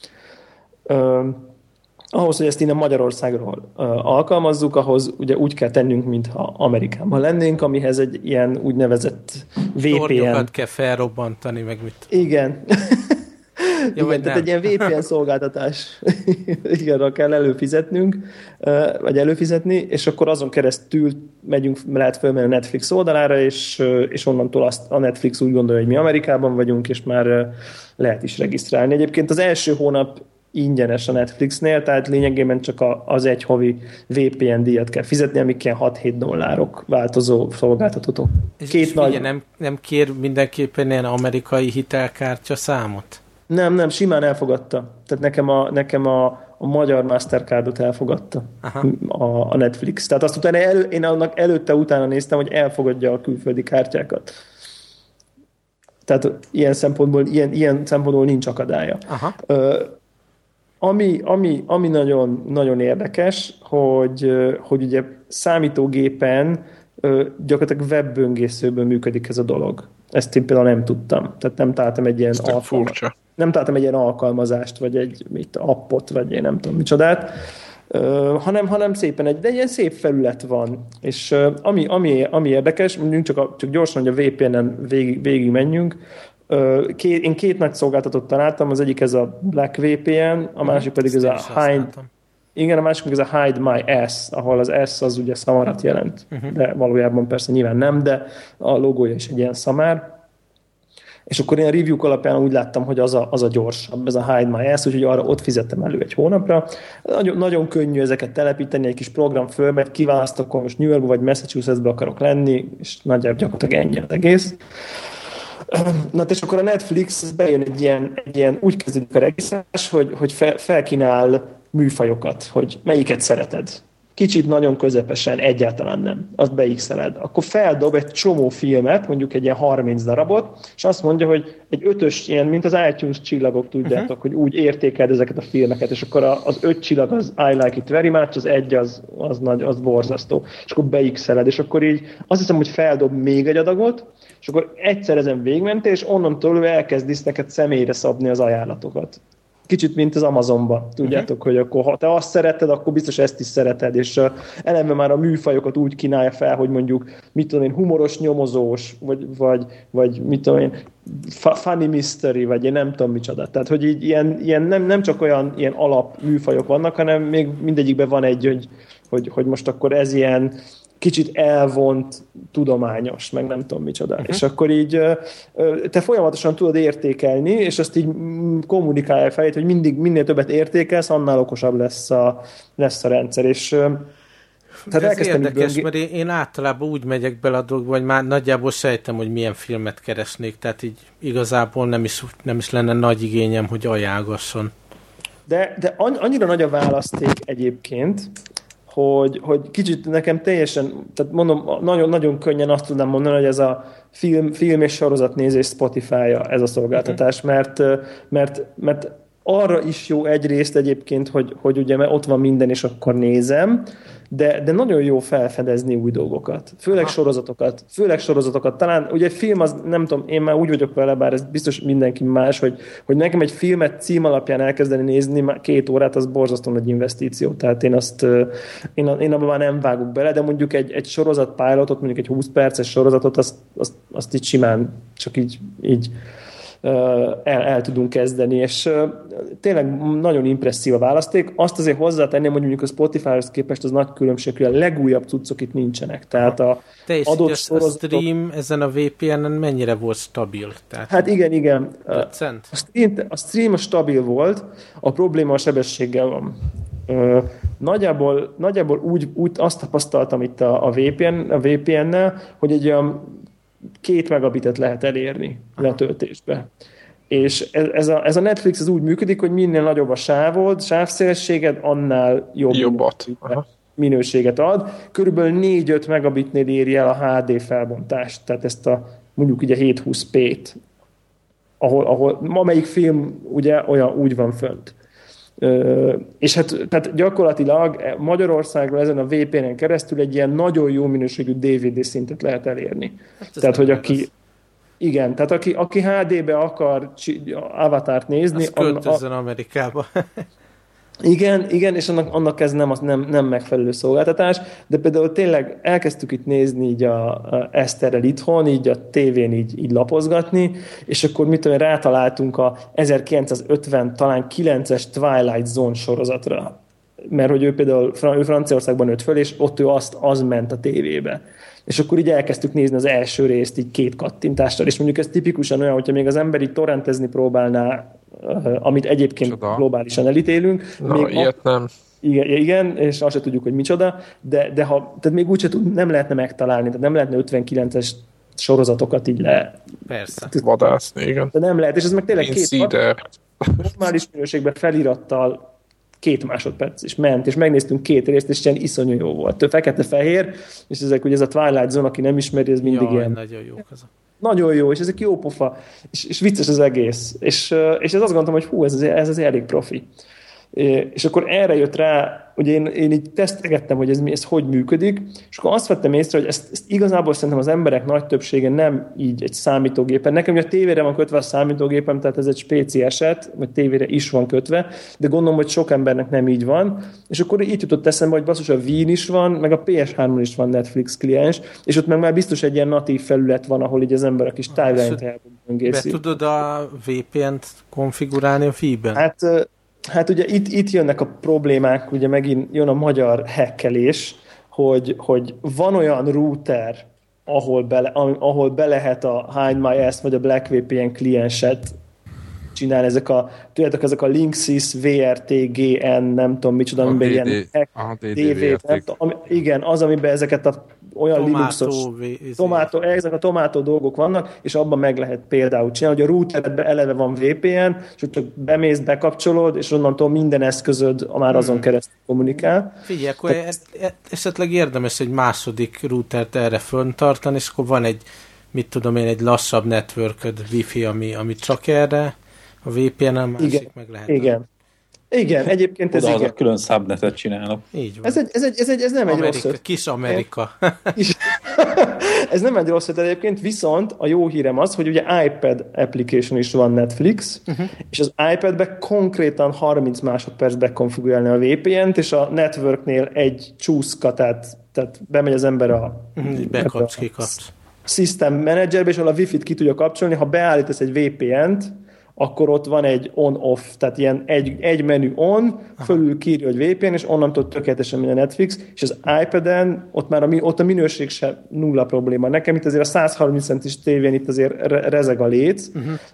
Speaker 3: Ahhoz, hogy ezt innen Magyarországról alkalmazzuk, ahhoz ugye úgy kell tennünk, mintha Amerikában lennénk, amihez egy ilyen úgynevezett VPN...
Speaker 2: Tornyokat kell felrobbantani, meg mit.
Speaker 3: Igen. Igen, tehát egy ilyen VPN szolgáltatás. Igen, kell előfizetnünk, vagy előfizetni, és akkor azon keresztül lehet fölmenni a Netflix oldalára, és onnantól a Netflix úgy gondolja, hogy mi Amerikában vagyunk, és már lehet is regisztrálni. Egyébként az első hónap ingyenes a Netflixnél, tehát lényegében csak az egy havi VPN díjat kell fizetni, amik ilyen $6-7 változó szolgáltatótok.
Speaker 2: És nem kér mindenképpen ilyen amerikai hitelkártya számot?
Speaker 3: Nem, simán elfogadta. Tehát nekem a magyar Mastercardot elfogadta a Netflix. Tehát azt utána én annak előtte-utána néztem, hogy elfogadja a külföldi kártyákat. Tehát ilyen szempontból nincs akadálya. Ami nagyon, nagyon érdekes, hogy ugye számítógépen gyakorlatilag webböngészőből működik ez a dolog. Ezt én például nem tudtam. Tehát nem találtam egy ilyen alkalmazást, vagy egy appot, vagy én nem tudom micsodát, hanem szépen egy ilyen szép felület van. És ami érdekes, mondjuk csak gyorsan, hogy a VPN-en végig menjünk, én két nagy szolgáltatót találtam, az egyik ez a Black VPN, a másik pedig ez a Hide... Igen, a másik ez a Hide My Ass, ahol az S az ugye szamarat jelent, de valójában persze nyilván nem, de a logója is egy ilyen szamár. És akkor én a review-k alapján úgy láttam, hogy az a gyorsabb, ez a Hide My Ass, úgyhogy arra ott fizettem elő egy hónapra. Nagyon, nagyon könnyű ezeket telepíteni, egy kis program fölmegy, kiválasztok, akkor most New Yorkba vagy Massachusettsbe akarok lenni, és nagyjából gyakorlatilag ennyi az egész. Na, és akkor a Netflix bejön egy ilyen úgy kezdődik a regisztrálás, hogy felkínál műfajokat, hogy melyiket szereted. kicsit nagyon közepesen, egyáltalán nem. Azt beixeled. Akkor feldob egy csomó filmet, mondjuk egy ilyen 30 darabot, és azt mondja, hogy egy 5-ös, ilyen, mint az iTunes csillagok, tudjátok, hogy úgy értékeld ezeket a filmeket, és akkor az 5 csillag az I like it very much, az 1 az borzasztó. És akkor beixeled, és akkor így azt hiszem, hogy feldob még egy adagot, és akkor egyszer ezen végigmentél, és onnantól ő elkezd neked személyre szabni az ajánlatokat. Kicsit, mint az Amazonban, tudjátok, hogy akkor ha te azt szereted, akkor biztos ezt is szereted, és eleve már a műfajokat úgy kínálja fel, hogy mondjuk, mit tudom én, humoros nyomozós, vagy mit tudom én, funny mystery, vagy én nem tudom micsoda. Tehát, hogy így ilyen nem csak olyan ilyen alap műfajok vannak, hanem még mindegyikben van egy, hogy most akkor ez ilyen kicsit elvont, tudományos, meg nem tudom micsoda. És akkor így te folyamatosan tudod értékelni, és azt így kommunikálja fejét, hogy minél többet értékelsz, annál okosabb lesz a rendszer. És
Speaker 2: tehát ez érdekes, mert én általában úgy megyek bele a dolgba, hogy már nagyjából sejtem, hogy milyen filmet keresnék, tehát így igazából nem is lenne nagy igényem, hogy ajánlgasson.
Speaker 3: De annyira nagy a választék egyébként, hogy kicsit nekem teljesen, tehát mondom, nagyon könnyen azt tudnám mondani, hogy ez a film és sorozatnézés Spotify-ja ez a szolgáltatás, mert arra is jó egyrészt egyébként, hogy ugye ott van minden, és akkor nézem, de nagyon jó felfedezni új dolgokat. Főleg sorozatokat. Talán ugye film az, nem tudom, én már úgy vagyok vele, bár ez biztos mindenki más, hogy nekem egy filmet cím alapján elkezdeni nézni 2 órát, az borzasztó nagy investíció. Tehát én abban már nem vágok bele, de mondjuk egy sorozat pilotot, mondjuk egy 20 perces sorozatot, azt így simán csak így el tudunk kezdeni, és tényleg nagyon impresszív a választék. Azt azért hozzátenném, hogy mondjuk a Spotify-hoz képest az nagy különbség, hogy a legújabb cuccok itt nincsenek. Tehát
Speaker 2: adott sorozatok... A stream ezen a VPN-en mennyire volt stabil? Tehát
Speaker 3: hát igen. A stream stabil volt, a probléma a sebességgel van. Nagyjából úgy azt tapasztaltam itt a VPN-nel, hogy egy olyan 2 megabitet lehet elérni letöltésbe. És ez a Netflix az úgy működik, hogy minél nagyobb a sávszélességed, annál jobbat minőséget ad. Körülbelül 4-5 megabitnél éri el a HD felbontást, tehát ezt mondjuk ugye 720p-t, ahol amelyik film ugye úgy van fönt. És hát gyakorlatilag Magyarországról ezen a VPN-en keresztül egy ilyen nagyon jó minőségű DVD szintet lehet elérni. Tehát, hogy aki HD-be akar Avatárt nézni...
Speaker 2: Az költözzen Amerikába.
Speaker 3: Igen, és annak ez nem megfelelő szolgáltatás, de például tényleg elkezdtük itt nézni így a Eszterrel itthon, így a tévén így lapozgatni, és akkor rátaláltunk a 1950 talán 9-es Twilight Zone sorozatra, mert hogy ő például Franciaországban nőtt föl, és ott ő az ment a tévébe. És akkor így elkezdtük nézni az első részt így 2 kattintással, és mondjuk ez tipikusan olyan, hogyha még az ember így torrentezni próbálná, amit egyébként globálisan elítélünk.
Speaker 1: Ilyet nem.
Speaker 3: Igen, és azt se tudjuk, hogy micsoda, de tehát még úgyse nem lehetne megtalálni, tehát nem lehetne 59-es sorozatokat így
Speaker 2: Persze.
Speaker 1: Vadászni, igen.
Speaker 3: De nem lehet, és ez meg tényleg 2 normális minőségben felirattal 2 másodperc is ment, és megnéztünk 2 részt, és ilyen iszonyú jó volt. Fekete-fehér, és ezek ugye ez a Twilight Zone, aki nem ismeri, ez mindig ilyen.
Speaker 2: Nagyon jó az.
Speaker 3: Nagyon jó, és ezek jó pofa, és vicces az egész. És ez azt gondoltam, hogy hú, ez azért elég profi. És akkor erre jött rá, ugye én így tesztelgettem, hogy ez hogy működik, és akkor azt vettem észre, hogy ezt igazából szerintem az emberek nagy többsége nem így egy számítógépen. Nekem ugye a tévére van kötve a számítógépem, tehát ez egy spéci eset, vagy tévére is van kötve, de gondolom, hogy sok embernek nem így van. És akkor így jutott eszembe, hogy basszus, a Wien is van, meg a PS3-on is van Netflix kliens, és ott meg már biztos egy ilyen natív felület van, ahol így az ember a kis timeline-t elböngészi.
Speaker 2: Be tudod a VPN-t konfigurálni a Wii-ben?
Speaker 3: Hát ugye itt jönnek a problémák, ugye megint jön a magyar hackelés, hogy van olyan router, ahol be lehet a Hide My Ass vagy a Black VPN klienset csinálni, ezek a Linksys, VRT, GN, nem tudom micsoda, amiben ilyen DV, nem tudom, igen, az, amiben ezeket a olyan Linuxos ezek a Tomato dolgok vannak, és abban meg lehet például csinálni, hogy a routeredben eleve van VPN, és hogy csak bemész, bekapcsolod, és onnantól minden eszközöd már azon keresztül kommunikál.
Speaker 2: Figyelj, akkor esetleg érdemes egy második routert erre föntartani, és akkor van egy, mit tudom én, egy lassabb networköd, Wi-Fi, ami csak erre, a VPN-en másik meg lehet.
Speaker 3: Igen, egyébként ez igen.
Speaker 5: Külön subnetet csinálnak.
Speaker 2: Így van.
Speaker 3: Ez nem egy rossz ötlet.
Speaker 2: Kis Amerika.
Speaker 3: Ez nem egy rossz ötlet egyébként, viszont a jó hírem az, hogy ugye iPad application is van Netflix, és az iPadbe konkrétan 30 másodperc bekonfigurálni a VPN-t, és a networknél egy csúszka, tehát bemegy az ember a System Managerbe, és ahol a Wi-Fi-t ki tudja kapcsolni, ha beállítasz egy VPN-t, akkor ott van egy on-off, tehát ilyen egy menü on, fölül kírja, hogy VPN, és onnantól tökéletesen megy a Netflix, és az iPad-en ott a minőség se nulla probléma. Nekem itt azért a 130 centis tévén itt azért rezeg a léc,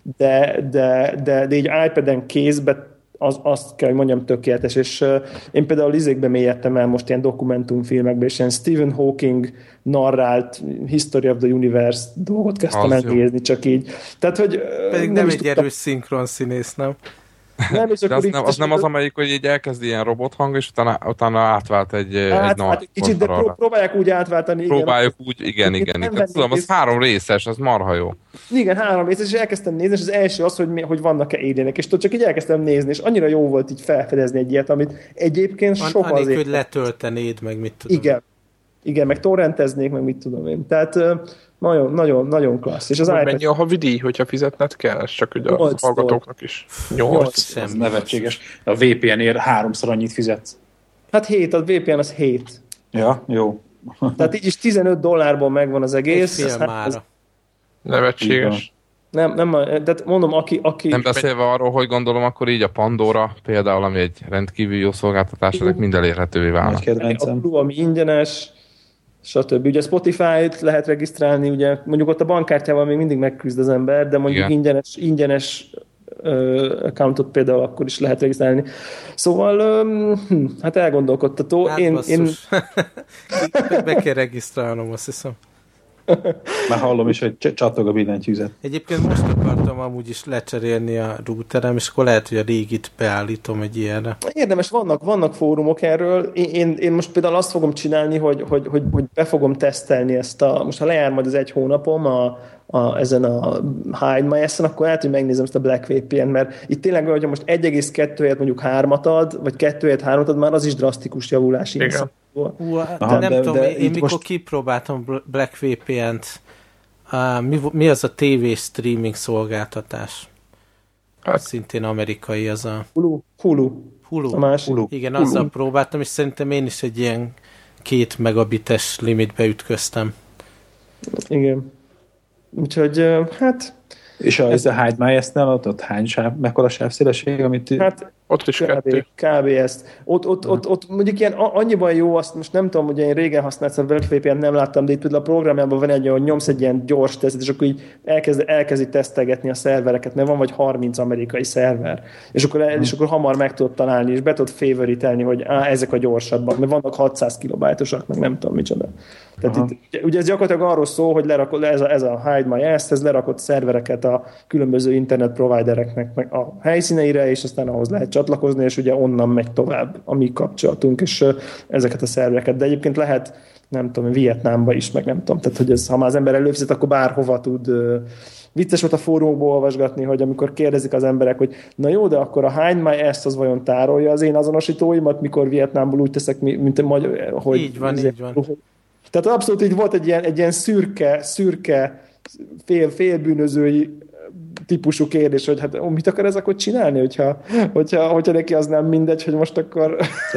Speaker 3: de így iPad-en kézbe azt kell, hogy mondjam, tökéletes, és én például izékbe mélyedtem el most ilyen dokumentumfilmekbe, és ilyen Stephen Hawking narrált History of the Universe dolgot kezdtem elnézni, csak így. Tehát, hogy
Speaker 2: pedig nem egy erős szinkron színész, nem?
Speaker 3: Nem,
Speaker 1: de az nem az, amelyik, hogy így elkezdi ilyen robothang, és utána átvált egy nagy
Speaker 3: kicsit, de próbálják úgy átváltani.
Speaker 1: Próbáljuk úgy, igen. Tudom, az 3 részes, az marha jó.
Speaker 3: Igen, 3 részes, és elkezdtem nézni, és az első az, hogy vannak-e alienek, és csak így elkezdtem nézni, és annyira jó volt így felfedezni egy ilyet, amit egyébként soha azért...
Speaker 2: hogy letöltenéd, meg mit tudom.
Speaker 3: Igen, meg torrenteznék, meg mit tudom én. Tehát nagyon klassz. És az
Speaker 1: mennyi a havidíj, hogyha fizetned kell? Ez csak ugye a hallgatóknak is. 8.
Speaker 5: Ez nevetséges. A VPN-ért 3-szor annyit fizetsz.
Speaker 3: Hát 7, a VPN az 7.
Speaker 5: Ja, jó.
Speaker 3: Tehát így is $15 megvan az egész.
Speaker 1: Nevetséges.
Speaker 3: Nem, tehát mondom, aki...
Speaker 1: Nem beszélve arról, hogy gondolom, akkor így a Pandora például, ami egy rendkívül jó szolgáltatás, ezek mind elérhetővé válnak.
Speaker 3: A Blue, ami ingyenes, stb. Ugye Spotify-t lehet regisztrálni, ugye mondjuk ott a bankkártyával még mindig megküzd az ember, de mondjuk ingyenes accountot például akkor is lehet regisztrálni. Szóval, hát elgondolkodtató.
Speaker 2: Hát én be kell regisztrálnom, azt hiszem.
Speaker 5: Már hallom is, hogy csattog a billentyűzet.
Speaker 2: Egyébként most akartam amúgy is lecserélni a routerem, és akkor lehet, hogy a régit beállítom egy ilyenre.
Speaker 3: Érdemes, vannak fórumok erről. Én most például azt fogom csinálni, hogy be fogom tesztelni ezt most ha lejár majd az 1 hónapom ezen a Hide My Ass-en, akkor lehet, hogy megnézem ezt a Black VPN, mert itt tényleg, hogyha most 1,2 helyett mondjuk 3-at ad, vagy 2 helyett 3-at ad, már az is drasztikus javulás.
Speaker 2: Nem tudom, én mikor kipróbáltam Black VPN-t, mi az a TV streaming szolgáltatás? Hát. Szintén amerikai az a...
Speaker 3: Hulu. A másik.
Speaker 2: Hulu. Igen, azzal próbáltam, és szerintem én is egy ilyen 2 megabites limitbe ütköztem.
Speaker 3: Igen. Úgyhogy, hát...
Speaker 5: És ez a Hide My Ass-nál ott hány mekkora sávszélesség, amit...
Speaker 3: Hát
Speaker 1: ott is 2.
Speaker 3: Kb. Ezt. Ott mondjuk ilyen annyiban jó, azt most nem tudom, hogy én régen használtam, a VPN nem láttam, de itt például a programjában van egy, hogy nyomsz egy ilyen gyors tesztet, és akkor így elkezdi tesztelgetni a szervereket, mert van vagy 30 amerikai szerver. És akkor hamar meg tudod találni, és be tudod favoritelni, hogy ezek a gyorsabbak, mert vannak 600 kilobájtosak, meg nem tudom micsoda. Tehát itt, ugye ez gyakorlatilag arról szól, hogy lerakod, ez a Hide My Ass, ez lerakott szervereket a különböző internet providereknek a helyszíneire, és aztán ahhoz lehet csatlakozni, és ugye onnan megy tovább a mi kapcsolatunk, és ezeket a szervereket. De egyébként lehet, nem tudom, Vietnámba is, meg nem tudom. Tehát, hogy ha már az ember előfizet, akkor bárhova tud. Vicces volt a fórumokból olvasgatni, hogy amikor kérdezik az emberek, hogy na jó, de akkor a Hide My Ass az vajon tárolja az én azonosítóimat, mikor Vietnámból úgy teszek, mint a magyar, hogy...
Speaker 2: Így van.
Speaker 3: Tehát abszolút így volt egy ilyen szürke félbűnözői típusú kérdés, hogy hát mit akar ez akkor csinálni, hogyha neki az nem mindegy, hogy most akkor...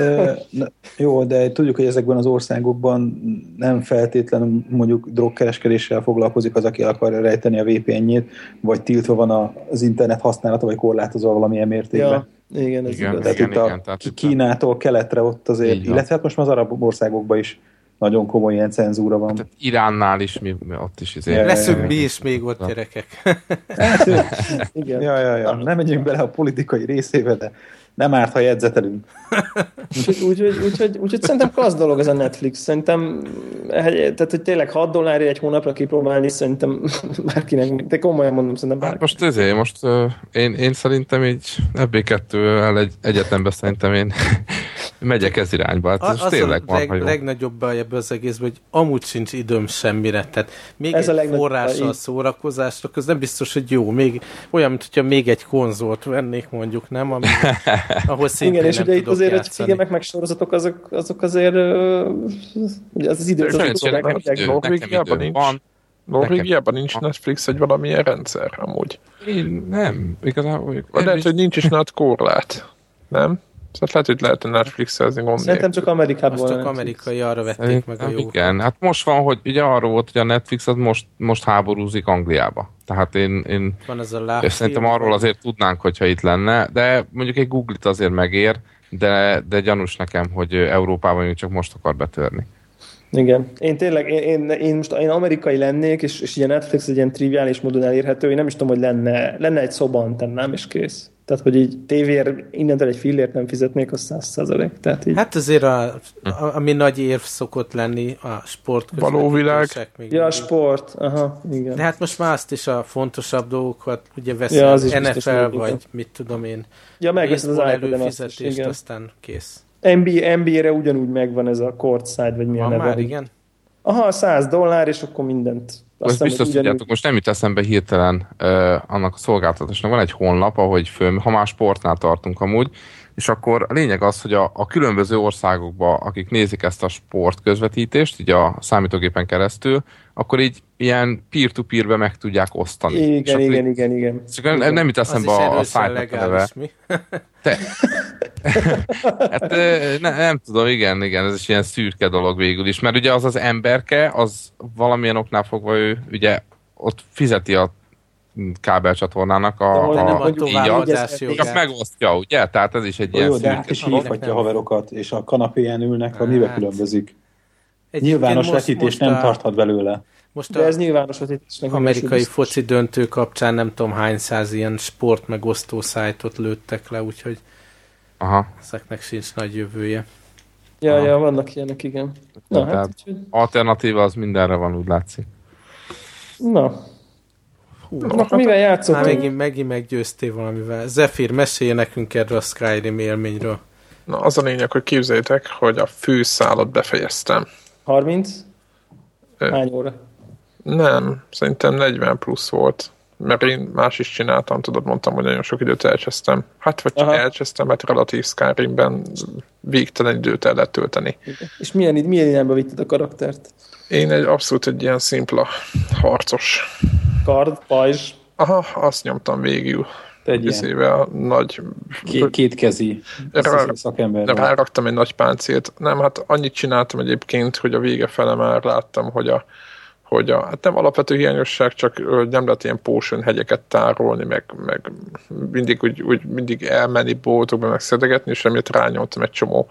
Speaker 5: Jó, de tudjuk, hogy ezekben az országokban nem feltétlenül mondjuk drogkereskedéssel foglalkozik az, aki akarja rejteni a VPN-jét, vagy tiltva van az internet használata, vagy korlátozva valamilyen mértékben.
Speaker 3: Ja, igen, ez igaz.
Speaker 5: Tehát Kínától keletre ott azért, illetve hát most már az arab országokban is nagyon komoly ilyen cenzúra van.
Speaker 4: Hát Iránnál is, ott is izé.
Speaker 2: Leszünk mi is még ott, gyerekek.
Speaker 5: Hát, igen. Ja. Nem megyünk bele a politikai részébe, de nem árt, ha jegyzetelünk.
Speaker 3: Úgyhogy szerintem klassz dolog ez a Netflix. Szerintem, tehát hogy tényleg $6 egy hónapra kipróbálni, szerintem bárkinek, de komolyan mondom, szerintem bárkinek.
Speaker 4: Hát most én szerintem így FB2-el egyetemben szerintem én megyek ez irányba. Hát az tényleg
Speaker 2: a legnagyobb baj ebből az egészben, hogy amúgy sincs időm semmire. Tehát még ez egy forrással szórakozásra, az nem biztos, hogy jó. Még olyan, mint hogyha még egy konzolt vennék, mondjuk, nem? Ahol szintén
Speaker 3: igen, és
Speaker 2: nem
Speaker 3: ugye itt azért,
Speaker 2: hogy
Speaker 3: filmek meg sorozatok, azok azért ugye az idő.
Speaker 1: Norvégiában nincs Netflix egy valamilyen rendszer, amúgy.
Speaker 4: Én nem. Igazából.
Speaker 1: Lehet, hogy nincs is nagy korlát. Nem? Szóval lehet, hogy lehet a Netflix-ezni gond.
Speaker 3: Szerintem csak Amerikában.
Speaker 2: Most csak amerikai arra vették meg a jó.
Speaker 4: Igen, hát most van, hogy ugye arról volt, hogy a Netflix az most háborúzik Angliába. Tehát én
Speaker 2: van ez a
Speaker 4: szerintem arról azért tudnánk, hogyha itt lenne, de mondjuk egy Google-t azért megér, de gyanús nekem, hogy Európában csak most akar betörni.
Speaker 3: Igen. Én tényleg, én amerikai lennék, és ilyen Netflix egy ilyen triviális módon elérhető, én nem is tudom, hogy lenne egy szobaantennám, és kész. Tehát, hogy így tévér innentől egy fillért nem fizetnék, az 100%. Tehát így...
Speaker 2: Hát azért ami nagy érv szokott lenni a sport
Speaker 1: való világ.
Speaker 3: Ja, a sport. Aha, igen.
Speaker 2: De hát most már azt is a fontosabb dolgokat, ugye veszel NFL, vagy mit tudom én.
Speaker 3: Ja, megveszed az
Speaker 2: előfizetést, aztán kész.
Speaker 3: NBA-re ugyanúgy megvan ez a courtside, vagy milyen neve.
Speaker 2: Már igen?
Speaker 3: Aha, $100, és akkor mindent.
Speaker 4: Azt biztos tudjátok, most nem jut eszembe hirtelen annak a szolgáltatásnak. Van egy honlap, ahogy ha már sportnál tartunk amúgy, és akkor a lényeg az, hogy a különböző országokban, akik nézik ezt a sport közvetítést, így a számítógépen keresztül, akkor így ilyen peer-to-peer-be meg tudják osztani.
Speaker 3: Igen.
Speaker 4: Csak nem jut eszembe a szájtnak a neve. Hát nem tudom, igen, ez is ilyen szürke dolog végül is, mert ugye az emberke, az valamilyen oknál fogva ő ugye ott fizeti a kábelcsatornának a díjat, csak megosztja, ugye? Tehát ez is egy ilyen szürke
Speaker 5: dolog. És hívhatja a haverokat, és a kanapéján ülnek, ha mivel különbözik. Nyilvános vetítés nem tarthat belőle.
Speaker 2: Most ez nyilvános vetítésnek amerikai foci döntő kapcsán nem tudom hány száz ilyen sport megosztó szájtot lőttek le, úgyhogy ezeknek sincs nagy jövője.
Speaker 3: Ja, vannak ilyenek, igen.
Speaker 4: Na, hát, alternatíva az mindenre van, úgy látszik.
Speaker 3: Na, mivel játszottunk?
Speaker 2: Megint meggyőztél valamivel. Zephyr, mesélj nekünk erről a Skyrim élményről.
Speaker 1: Na, az a lényeg, hogy képzeljétek, hogy a főszálat befejeztem.
Speaker 3: 30? Hány óra?
Speaker 1: Nem, szerintem 40 plusz volt. Mert én más is csináltam, tudod, mondtam, hogy nagyon sok időt elcsesztem. Hát, vagy elcsesztem, mert relatív Skyrimben végtelen időt el lehet tölteni.
Speaker 3: És milyen irányba vitted a karaktert?
Speaker 1: Én abszolút egy ilyen szimpla harcos.
Speaker 3: Kard, pajzs?
Speaker 1: Aha, azt nyomtam végül. A nagy...
Speaker 5: Kétkezi szakember.
Speaker 1: Ráraktam egy nagy páncélt. Nem, hát annyit csináltam egyébként, hogy a vége fele már láttam, hogy hát nem alapvető hiányosság, csak nem lehet ilyen potion hegyeket tárolni, meg mindig elmenni boltokba, meg szedegetni, és emiatt rányomtam egy csomó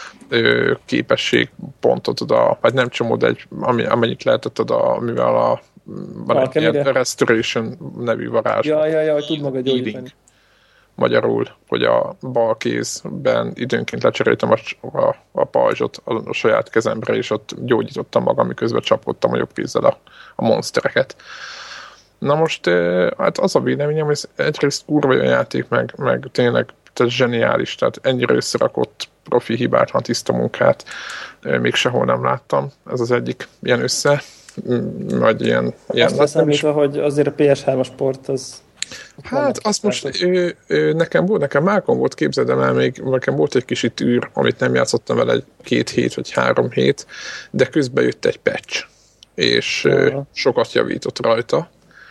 Speaker 1: képességpontot oda, vagy nem csomó, de amennyit lehetett oda, mivel van egy ilyen Restoration nevű varázs.
Speaker 3: Ja, hogy tud maga gyógyítani.
Speaker 1: Magyarul, hogy a bal kézben időnként lecseréltem a pajzsot a saját kezemre, és ott gyógyítottam magam, miközben csapkodtam a jobb kézzel a monstereket. Na most, hát az a véleményem, hogy egyrészt kurva jó játék, meg tényleg zseniális, tehát ennyire összerakott profi hibátlan tiszta munkát még sehol nem láttam. Ez az egyik ilyen vagy ilyen
Speaker 3: azt teszem, hogy azért a PS3-as port az...
Speaker 1: Hát azt most nekem Malcolm volt, képzeld el, még nekem volt egy kis űr, amit nem játszottam vele 2 hét vagy 3 hét, de közben jött egy patch, és sokat javított rajta.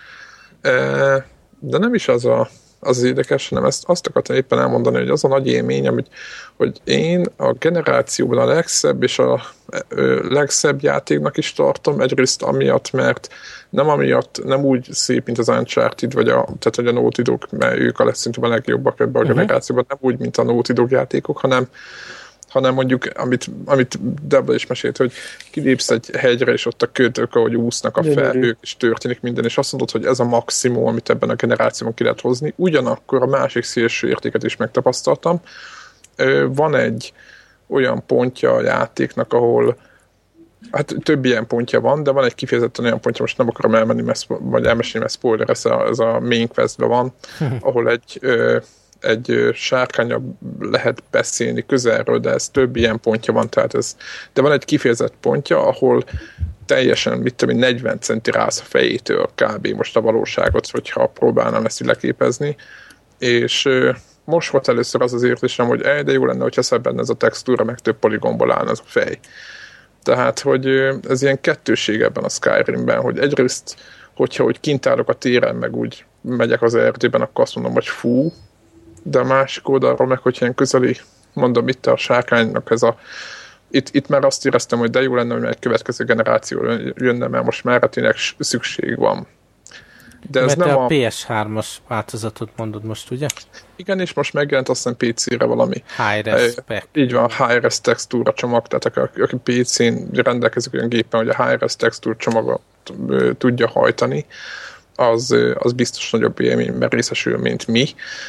Speaker 1: De nem is az érdekes, hanem azt akartam éppen elmondani, hogy az a nagy élmény, hogy én a generációban a legszebb és a legszebb játéknak is tartom, egyrészt amiatt, mert nem úgy szép, mint az Uncharted, tehát hogy a Naughty Dog, mert ők szerintem a legjobbak ebben a generációban, nem úgy, mint a Naughty Dog játékok, hanem mondjuk, amit Debla is mesélt, hogy kilépsz egy hegyre, és ott a ködök, ahogy úsznak a felhők, és történik minden, és azt mondod, hogy ez a maximum, amit ebben a generációban ki lehet hozni. Ugyanakkor a másik szélső értéket is megtapasztaltam. Van egy olyan pontja a játéknak, ahol hát több ilyen pontja van, de van egy kifejezetten olyan pontja, most nem akarom elmenni, vagy elmesélni, mert spoiler, ez a main questben van, ahol egy sárkánnyal lehet beszélni közelről, de ez több ilyen pontja van, tehát de van egy kifejezett pontja, ahol teljesen, 40 centi rász a fejétől kb. Most a valóságot, hogyha próbálnám ezt leképezni, és most volt először az érzésem, hogy de jó lenne, hogyha szebben ez a textúra, meg több poligonból állna ez a fej. Tehát, hogy ez ilyen kettőség ebben a Skyrimben, hogy egyrészt, hogyha úgy kint állok a téren, meg úgy megyek az erdőben, akkor azt mondom, hogy fú, de a másik oldalról meg, hogyha ilyen közeli, mondom, itt a sárkánynak itt már azt éreztem, hogy de jó lenne, hogy egy következő generáció jönne, mert most már tényleg szükség van.
Speaker 2: De ez nem a PS3-as változatot mondod most, ugye?
Speaker 1: Igen, és most megjelent azt hiszem PC-re valami.
Speaker 2: Hi-res spec.
Speaker 1: Így van, Hi-res textúra csomag, tehát aki PC-n rendelkezik olyan gépen, hogy a Hi-res textúra csomagot tudja hajtani, az biztos nagyobb élményben részesül, mint mi,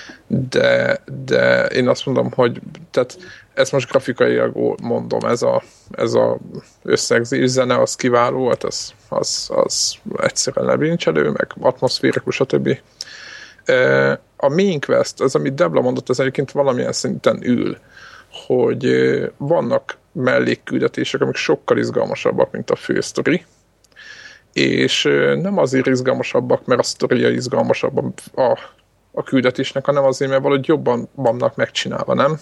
Speaker 1: de én azt mondom, hogy tehát ezt most grafikailag mondom, ez a összegzés, zene az kiváló volt, az egyszerűen lebincselő, meg atmoszférikus, stb. A main quest, az, amit Debla mondott, az egyébként valamilyen szinten ül, hogy vannak mellékküldetések, amik sokkal izgalmasabbak, mint a fősztori, és nem azért izgalmasabbak, mert a sztoria izgalmasabb a küldetésnek, hanem azért, mert valahogy jobban vannak megcsinálva, nem?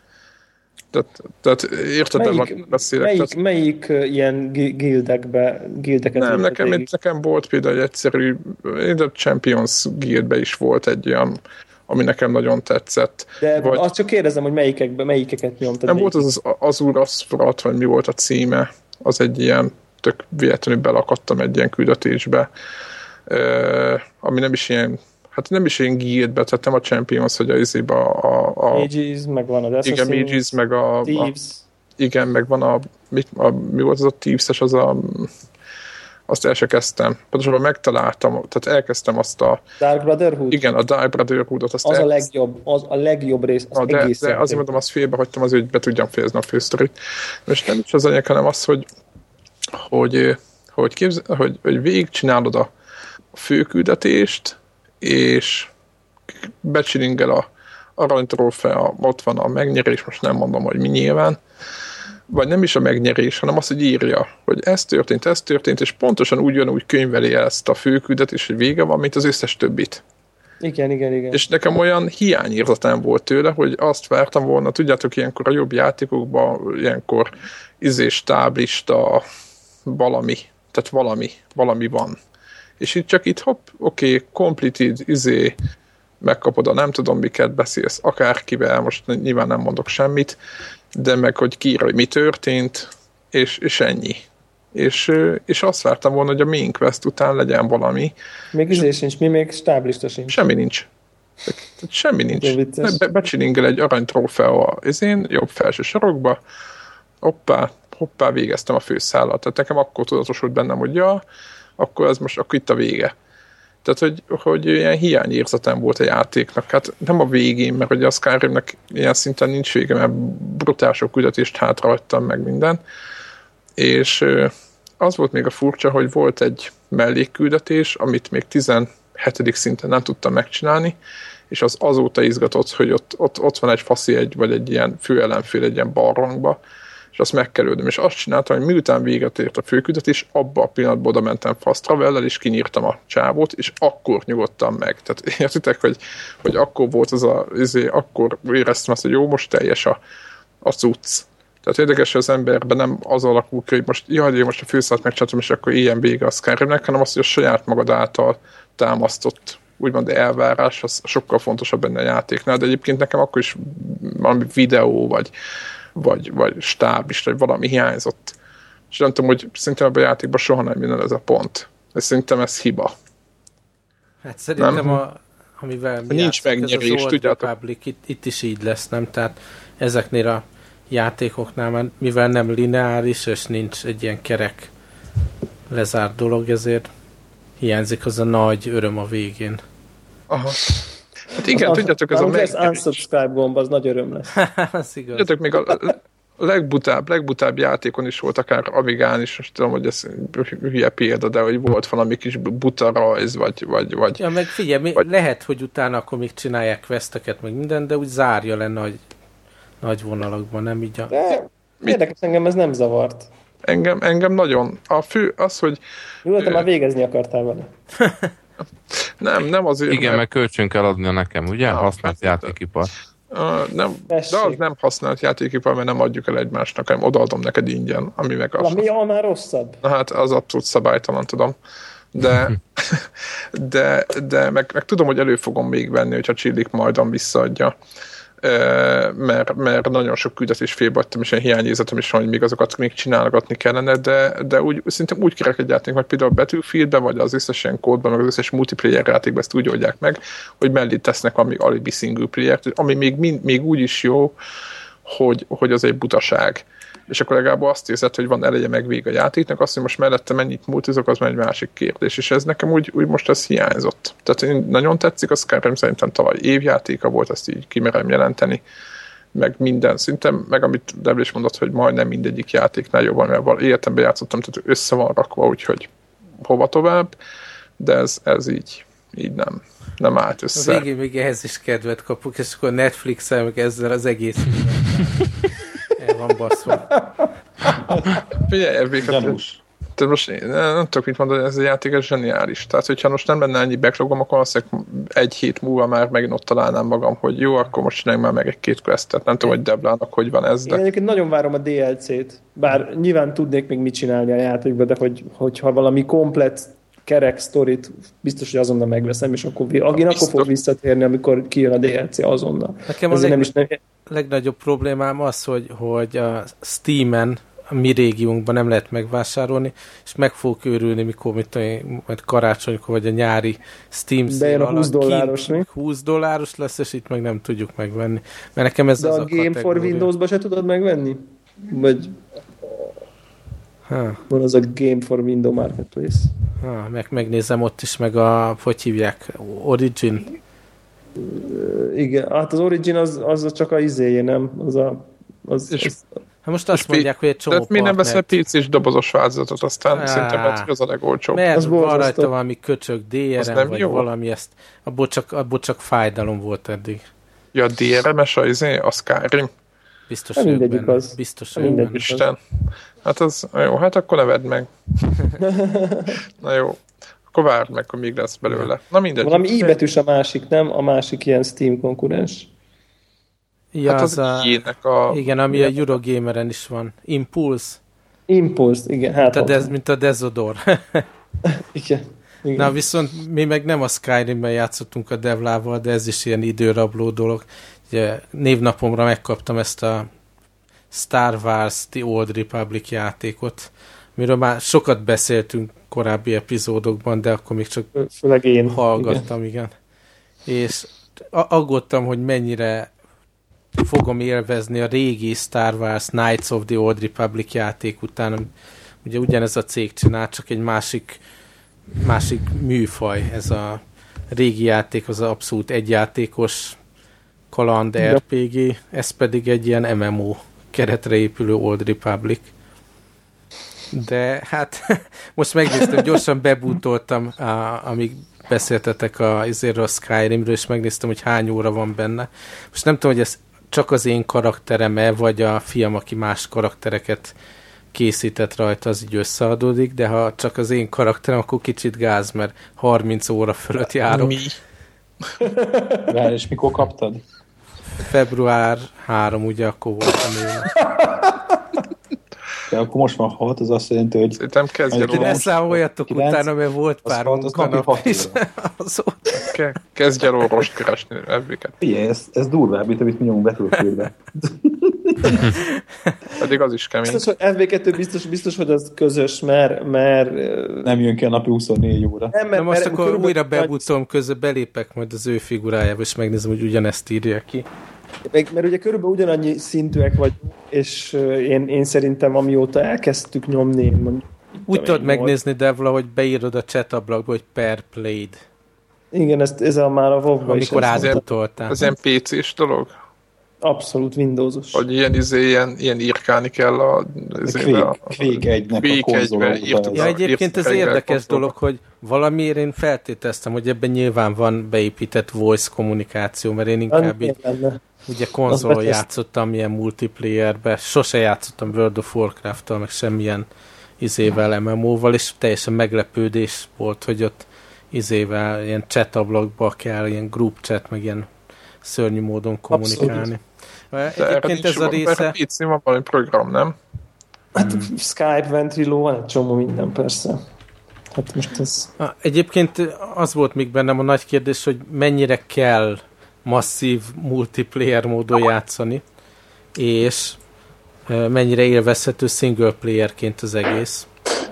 Speaker 1: Tehát érted, beszélek?
Speaker 3: Melyik ilyen gildeket?
Speaker 1: Nem, nekem volt például egy egyszerű, a Champions Guildbe is volt egy olyan, ami nekem nagyon tetszett.
Speaker 3: De azt csak kérdezem, hogy melyikeket nyomtad?
Speaker 1: Nem volt az Azur Asphalt, vagy mi volt a címe, az egy ilyen, tök véletlenül belakadtam egy ilyen küldetésbe, ami nem is ilyen, hát nem is ilyen guildbe, tehát nem a Champions, hogy a
Speaker 3: Mages, meg van az Assassin's.
Speaker 1: Igen, Mages, meg
Speaker 3: Thieves.
Speaker 1: Igen, meg van mi volt az a Thieves-es, azt el se kezdtem. Pontosabban megtaláltam, tehát elkezdtem azt a...
Speaker 3: Dark Brotherhood?
Speaker 1: Igen, a Dark Brotherhood-ot.
Speaker 3: Az a legjobb rész, az egészen.
Speaker 1: De azért mondom, azt félbehagytam azért, hogy be tudjam fejezni a fősztorit. És nem is az anyag, hanem az, hogy végigcsinálod a főküldetést, és becsilingel a aranytrófea, ott van a megnyerés, most nem mondom, hogy mi nyilván, vagy nem is a megnyerés, hanem az, hogy írja, hogy ez történt, és pontosan úgy könyveli ezt a főküldetést, hogy vége van, mint az összes többit.
Speaker 3: Igen.
Speaker 1: És nekem olyan hiányérzetem volt tőle, hogy azt vártam volna, tudjátok, ilyenkor a jobb játékokban, ilyenkor stáblista, valami, tehát valami van. És itt csak hopp, oké, completed, megkapod a nem tudom miket, beszélsz akárkivel, most nyilván nem mondok semmit, de meg, hogy kiírja, hogy mi történt, és ennyi. És azt vártam volna, hogy a main quest után legyen valami.
Speaker 3: Még sincs, még stáblista sincs.
Speaker 1: Semmi nincs. Tehát semmi nincs. Becsilingel egy aranytrófea jobb felső sarokba, hoppá, végeztem a főszállat. Tehát nekem akkor tudatosult bennem, hogy akkor itt a vége. Tehát, hogy ilyen hiányérzetem volt a játéknak. Hát nem a végén, mert ugye a Skyrimnek ilyen szinten nincs vége, mert brutál sok küldetést hátrahagytam meg minden. És az volt még a furcsa, hogy volt egy mellékküldetés, amit még 17. szinten nem tudtam megcsinálni, és az azóta izgatott, hogy ott van egy faszi, vagy egy ilyen főellenfél egy ilyen barlangba, és azt megkerültem, és azt csináltam, hogy miután véget ért a főküldetés, abba a pillanatban oda mentem fast travel-lel, és kinyírtam a csávót, és akkor nyugodtam meg. Tehát értitek, hogy akkor volt akkor éreztem azt, hogy jó, most teljes a cucc. Tehát érdekes, hogy az emberben nem az alakul ki, hogy most a főszállat megcsináltam, és akkor ilyen vége a Skyrimnek, hanem azt, hogy a saját magad által támasztott úgymond elvárás, az sokkal fontosabb benne a játéknál, de egyébként nekem akkor is valami videó, vagy stáb is, vagy valami hiányzott. És nem tudom, hogy szerintem ebben a játékban soha nem jön el ez a pont. És szerintem ez hiba.
Speaker 2: Hát szerintem amivel
Speaker 1: nincs megnyerés, tudjátok.
Speaker 2: Republic, itt is így lesz, nem? Tehát ezeknél a játékoknál, mivel nem lineáris, és nincs egy ilyen kerek lezárt dolog, ezért hiányzik az a nagy öröm a végén.
Speaker 1: Aha. Hát igen, tudjátok, ez a
Speaker 3: unsubscribe gomb, az nagy öröm lesz.
Speaker 2: Az igaz.
Speaker 1: Tudjátok, még a legbutább játékon is volt, akár Amigán is, most tudom, hogy ez hülye példa, de hogy volt valami kis buta rajz, vagy...
Speaker 2: Ja, meg figyelj, lehet, hogy utána akkor még csinálják questeket, meg minden, de úgy zárja le nagy vonalakban, nem így
Speaker 3: érdekes, engem ez nem zavart.
Speaker 1: Engem nagyon. A fő az, hogy...
Speaker 3: Jó, te már végezni akartál vele.
Speaker 1: Nem azért.
Speaker 4: Igen, meg kölcsön kell adnia nekem, ugye? Használt játékipar.
Speaker 1: Nem, de az nem használt játékipar, mert nem adjuk el egymásnak, hanem odaadom neked ingyen, ami meg az.
Speaker 3: Mi a már rosszabb?
Speaker 1: Na hát az abszolút szabálytalan, tudom. De meg tudom, hogy elő fogom még venni, hogyha Csillik majdan visszaadja. Mert nagyon sok küldetés félbeadtam, és ilyen hiányérzetem is van, hogy még azokat még csinálgatni kellene, de szerintem úgy kerekedjáték, hogy például a Battlefieldben, vagy az összes ilyen kódban, meg az összes multiplayer játékban ezt úgy oldják meg, hogy mellé tesznek valami alibi single player-t, ami még úgy is jó, hogy az egy butaság. És akkor legalább azt érzed, hogy van eleje meg vége a játéknak, azt, hogy most mellette mennyit multizok, az már egy másik kérdés, és ez nekem úgy most ez hiányzott. Tehát én nagyon tetszik, az Skyrim szerintem tavaly évjátéka volt, ezt így kimerem jelenteni, meg minden szinten, meg amit Devil is mondott, hogy majdnem mindegyik játéknál jobban, mert életemben játszottam, tehát össze van rakva, úgyhogy hova tovább, de ez így nem állt össze.
Speaker 2: A végén még ehhez is kedvet kapok, és akkor Netflix-el meg ezzel az egész el van baszva.
Speaker 1: Figyelj, tehát most nem tudok mit mondani, ez a játék ez zseniális. Tehát, hogyha most nem lenne ennyi backlogom, akkor azt egy hét múlva már megint ott találnám magam, hogy jó, akkor most csináljunk már meg egy-két questet. Nem tudom, hogy Deblának hogy van ez, de...
Speaker 3: Én egyébként nagyon várom a DLC-t. Bár nyilván tudnék még mit csinálni a játékban, de hogyha valami komplet kerek sztorit, biztos, hogy azonnal megveszem, és akkor fog visszatérni, amikor kijön a DLC azonnal.
Speaker 2: Nekem legnagyobb problémám az, hogy a Steam-en a mi régiónkban nem lehet megvásárolni, és meg fogok őrülni, mikor majd karácsonykor, vagy a nyári Steam
Speaker 3: Sale alatt
Speaker 2: $20 lesz, és itt meg nem tudjuk megvenni. Mert nekem ez
Speaker 3: de
Speaker 2: az
Speaker 3: a Game for Windows-ba se tudod megvenni? Vagy... Van az a Game for Windows Marketplace.
Speaker 2: Megnézem ott is, meg hogy hívják? Origin?
Speaker 3: Igen, hát az Origin az csak a izéje, nem?
Speaker 2: Most azt mondják, hogy egy csomó
Speaker 1: partner. Mi nem veszel PC-s dobozos változatot, aztán szerintem az a legolcsóbb.
Speaker 2: Mert van rajta valami köcsög DRM, vagy jó? Valami ezt. Abból csak fájdalom volt eddig.
Speaker 1: Ja, DRM-es a Skyrim?
Speaker 2: Biztos vagyok benne. Biztos vagyok benne.
Speaker 1: Isten. Hát az jó, hát akkor ne vedd meg. Na jó. Akkor várd meg, hogy még lesz belőle. Na mindegy.
Speaker 3: Valami I betűs a másik, nem? A másik ilyen Steam konkurens.
Speaker 2: Ja, hát az igen, ami a Eurogameren is van. Impulse,
Speaker 3: igen. Hát
Speaker 2: mint a Desodor.
Speaker 3: Igen.
Speaker 2: Na viszont mi meg nem a Skyrimben játszottunk a Devlával, de ez is ilyen időrabló dolog. Ugye, névnapomra megkaptam ezt a Star Wars The Old Republic játékot, miről már sokat beszéltünk korábbi epizódokban, de akkor még csak hallgattam, igen. És aggódtam, hogy mennyire fogom élvezni a régi Star Wars Knights of the Old Republic játék után. Ugye ugyanez a cég csinál, csak egy másik műfaj. Ez a régi játék, az abszolút egyjátékos kaland RPG, ez pedig egy ilyen MMO keretre épülő Old Republic. De hát most megnéztem, gyorsan bebútoltam, amíg beszéltetek a Skyrimről, és megnéztem, hogy hány óra van benne. Most nem tudom, hogy ez csak az én karakterem-e, vagy a fiam, aki más karaktereket készített rajta, az így összeadódik, de ha csak az én karakterem, akkor kicsit gáz, mert 30 óra fölött járok.
Speaker 5: Mi? Várj, és mikor kaptad?
Speaker 2: Február 3, ugye, akkor voltam én.
Speaker 5: De akkor most van 6, az azt jelenti, hogy...
Speaker 1: Szerintem kezdj el
Speaker 2: ne számoljatok utána, mert volt pár munkanap is.
Speaker 1: Kezdj el orvost keresni ebbéket.
Speaker 5: Figyelj, ez durvább, mint amit mi nyomunk Battlefieldbe.
Speaker 1: Pedig az is kemény.
Speaker 3: Biztos, hogy FB2 biztos, hogy az közös, mert...
Speaker 5: Nem jön ki a napi 24 óra.
Speaker 2: Nem, most akkor újra bebútom, közben belépek majd az ő figurájába, és megnézem, hogy ugyanezt írja ki.
Speaker 3: Mert ugye körülbelül ugyanannyi szintűek vagyunk, és én szerintem amióta elkezdtük nyomni...
Speaker 2: Úgy tudod megnézni, Devla, hogy beírod a chat ablakba, hogy per played.
Speaker 3: Igen, ez már a WoW-ba is.
Speaker 2: Amikor átutoltál.
Speaker 1: Az ilyen PC-s dolog?
Speaker 3: Abszolút Windowsos.
Speaker 1: Hogy ilyen írkálni kell a
Speaker 5: Quake 1-nek a konzolokba.
Speaker 2: Ja, egyébként ez érdekes dolog, hogy valamiért én feltételeztem, hogy ebben nyilván van beépített voice kommunikáció, mert én inkább így, ugye konzolon játszottam ilyen multiplayerbe, sose játszottam World of Warcraft-tal, meg semmilyen MMO-val, és teljesen meglepődés volt, hogy ott ilyen chat ablakba kell, ilyen group chat, meg ilyen szörnyű módon kommunikálni.
Speaker 1: Egyébként ez a része... Erre PC van valami program, nem?
Speaker 3: Hát Skype, Ventrilo, van egy csomó minden, persze. Hát most ez...
Speaker 2: Egyébként az volt még bennem a nagy kérdés, hogy mennyire kell masszív multiplayer módon játszani, és mennyire élvezhető single playerként az egész.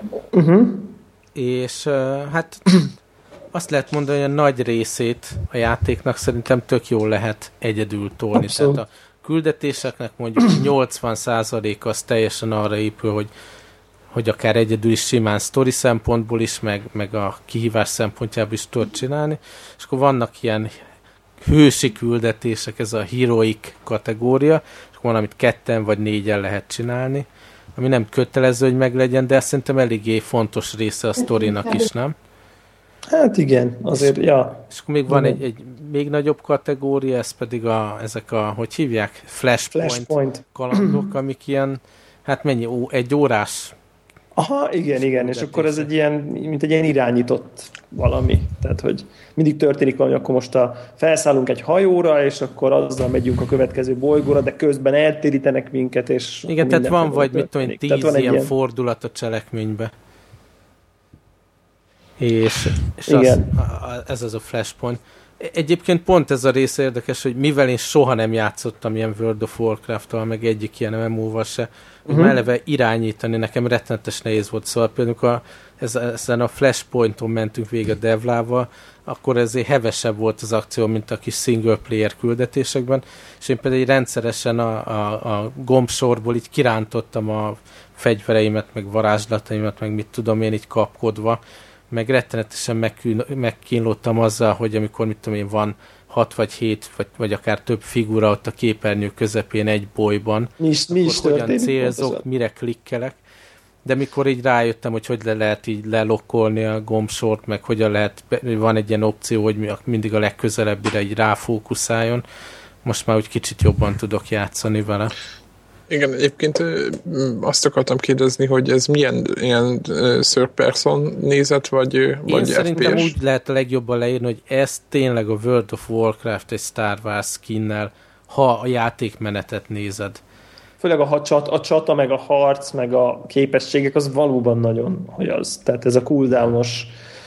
Speaker 2: És hát azt lehet mondani, hogy a nagy részét a játéknak szerintem tök jól lehet egyedül tolni.
Speaker 3: Abszolút.
Speaker 2: Tehát a küldetéseknek mondjuk 80% az teljesen arra épül, hogy akár egyedül is simán sztori szempontból is, meg a kihívás szempontjából is tudod csinálni. És akkor vannak ilyen hősi küldetések, ez a heroic kategória, és akkor van, amit 2 vagy 4-en lehet csinálni, ami nem kötelező, hogy meglegyen, de szerintem eléggé fontos része a sztorinak is, nem?
Speaker 3: Hát igen, azért, ja.
Speaker 2: És akkor még van egy még nagyobb kategória, ez pedig ezek hogy hívják? Flashpoint kalandok, amik ilyen, hát mennyi? Egy órás?
Speaker 3: Aha, igen, és akkor ez egy ilyen, mint egy ilyen irányított valami. Tehát, hogy mindig történik valami, akkor most felszállunk egy hajóra, és akkor azzal megyünk a következő bolygóra, de közben eltérítenek minket, és...
Speaker 2: Igen, tehát van vagy, mit tudom, 10 ilyen fordulat a cselekménybe. És ez az a Flashpoint. Egyébként pont ez a része érdekes, hogy mivel én soha nem játszottam ilyen World of Warcraft-tal, meg egyik ilyen MMO-val se, hogy eleve irányítani nekem rettenetes nehéz volt. Szóval például ezen a Flashpointon mentünk végig a Devlával, akkor ezért hevesebb volt az akció, mint a kis single player küldetésekben, és én például rendszeresen a gombsorból így kirántottam a fegyvereimet, meg varázslataimat, meg mit tudom én így kapkodva, meg rettenetesen megkínlottam azzal, hogy amikor, mit tudom én, van 6 vagy 7, vagy akár több figura ott a képernyő közepén egy bolyban,
Speaker 3: mi is
Speaker 2: hogyan célzok, mire klikkelek, de mikor így rájöttem, hogy lehet így lelokkolni a gombsort, meg hogyan lehet, van egy ilyen opció, hogy mindig a legközelebbire így ráfókuszáljon, most már úgy kicsit jobban tudok játszani vele.
Speaker 1: Igen, egyébként azt akartam kérdezni, hogy ez milyen ilyen third person nézet, vagy
Speaker 2: én szerintem úgy lehet a legjobban leírni, hogy ez tényleg a World of Warcraft egy Star Wars skinnel, ha a játékmenetet nézed.
Speaker 3: Főleg a csata, meg a harc, meg a képességek, az valóban nagyon, hogy az. Tehát ez a cooldownos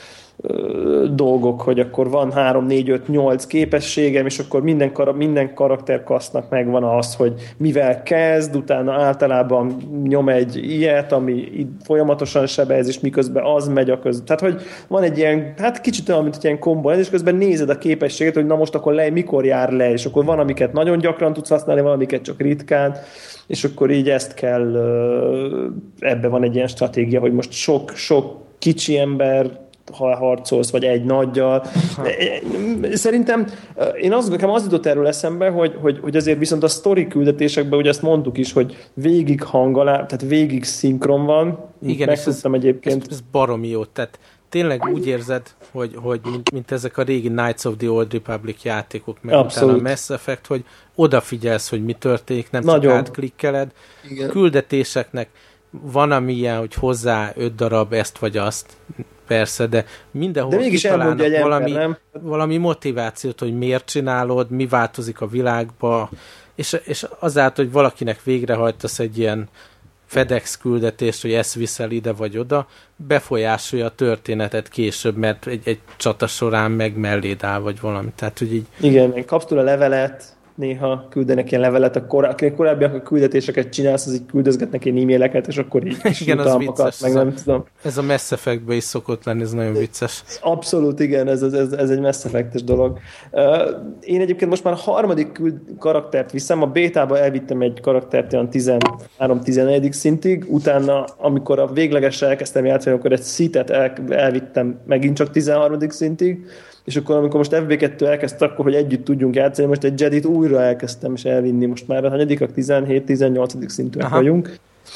Speaker 3: dolgok, hogy akkor van 3, 4, 5, 8 képességem, és akkor minden karakterkasznak megvan az, hogy mivel kezd, utána általában nyom egy ilyet, ami folyamatosan sebez, és miközben az megy a közben. Tehát, hogy van egy ilyen, hát kicsit olyan, mint egy ilyen kombó, és közben nézed a képességet, hogy na most akkor mikor jár le, és akkor van, amiket nagyon gyakran tudsz használni, van, amiket csak ritkán, és akkor így ezt kell, ebbe van egy ilyen stratégia, hogy most sok kicsi ember ha harcolsz, vagy egy nagyjal. Szerintem nekem az jutott erről eszembe, hogy azért viszont a sztori küldetésekben, ugye ezt mondtuk is, hogy végig tehát végig szinkron van.
Speaker 2: Igen, megtudtam egyébként. Ez baromi jó. Tehát tényleg úgy érzed, hogy mint ezek a régi Knights of the Old Republic játékok, meg utána a Mass Effect, hogy odafigyelsz, hogy mi történik, nem csak átklikkeled. Igen. Küldetéseknek van amilyen, hogy hozzá 5 darab ezt vagy azt, persze, de mindenhol kitalálnak valami motivációt, hogy miért csinálod, mi változik a világba, és azáltal, hogy valakinek végrehajtasz egy ilyen FedEx küldetést, hogy ezt viszel ide vagy oda, befolyásolja a történetet később, mert egy csata során meg melléd áll, vagy valami. Tehát, hogy így...
Speaker 3: Igen, kapsz tőle levelet, néha küldenek ilyen levelet, akinek korábbiak a küldetéseket csinálsz, az így küldözgetnek ilyen e-maileket, és akkor így kis jutalmakat, meg nem tudom.
Speaker 2: Ez a Mass Effectben is szokott lenni, ez nagyon vicces.
Speaker 3: Abszolút, igen, ez egy Mass Effect-es dolog. Én egyébként most már a harmadik karaktert viszem, a bétába elvittem egy karaktert olyan 13-14. szintig, utána, amikor a véglegesre elkezdtem játszani, akkor egy Sith-et elvittem megint csak 13. szintig, és akkor amikor most FB2 elkezdte, akkor, hogy együtt tudjunk játszani, most egy Jedit újra elkezdtem és elvinni, most már a hanyadikak 17-18. szintűek vagyunk.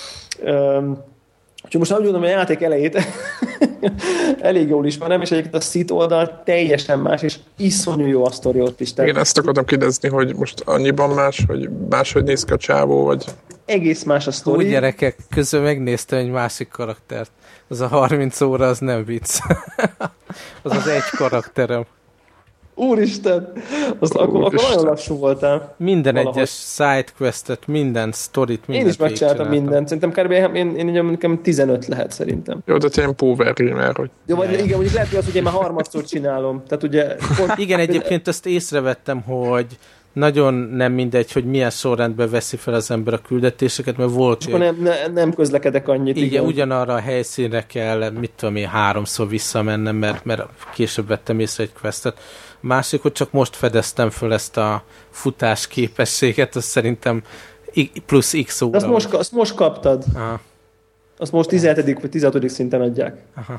Speaker 3: Úgyhogy most úgy mondom, hogy a játék elejét elég jól ismerem, és egyébként a Sith oldal teljesen más, és iszonyú jó a sztori ott is.
Speaker 1: Igen, ezt akartam kérdezni, hogy most annyiban más, hogy máshogy néz ki a csávó, vagy...
Speaker 3: Egész más a sztori.
Speaker 2: Úgy gyerekek, közben megnéztem egy másik karaktert. Az a 30 óra, az nem vicc. az egy karakterem.
Speaker 3: Úristen! Akkor nagyon lassú voltál.
Speaker 2: Minden valahogy. Egyes sidequestet, minden sztorit, mindent.
Speaker 3: Én is megcsináltam mindent. Szerintem kb. Én 15 lehet szerintem.
Speaker 1: Jó, de ilyen power gamer, hogy...
Speaker 3: Jó, vagy igen, mondjuk lehet, hogy az, hogy én már harmadszor csinálom. Tehát ugye...
Speaker 2: Igen, egyébként ezt észrevettem, hogy nagyon nem mindegy, hogy milyen sorrendben veszi fel az ember a küldetéseket, mert volt...
Speaker 3: És akkor nem közlekedek annyit.
Speaker 2: Igen, ugyanarra a helyszínre kell, mit tudom én, 3-szor visszamennem, mert később vettem észre egy questet. Másik, hogy csak most fedeztem föl ezt a futás képességet, az szerintem plusz x óra.
Speaker 3: Azt most kaptad. Aha. Azt most 17. vagy 16. szinten adják. Aha.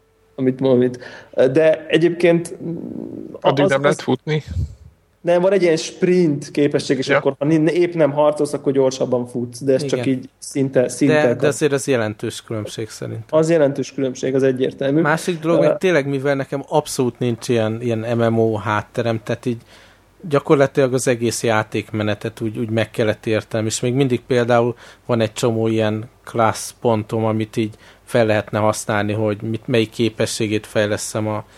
Speaker 3: Amit. De egyébként...
Speaker 1: Addig nem lehet futni?
Speaker 3: Nem, van egy ilyen sprint képesség, és akkor ha épp nem harcolsz, akkor gyorsabban futsz, de ez igen. Csak így szinte
Speaker 2: de azért az jelentős különbség szerintem.
Speaker 3: Az jelentős különbség, az egyértelmű.
Speaker 2: Másik dolog, hogy tényleg, mivel nekem abszolút nincs ilyen MMO hátterem, tehát így gyakorlatilag az egész játékmenetet úgy meg kellett értem, és még mindig például van egy csomó ilyen class pontom, amit így fel lehetne használni, hogy melyik képességét fejleszem a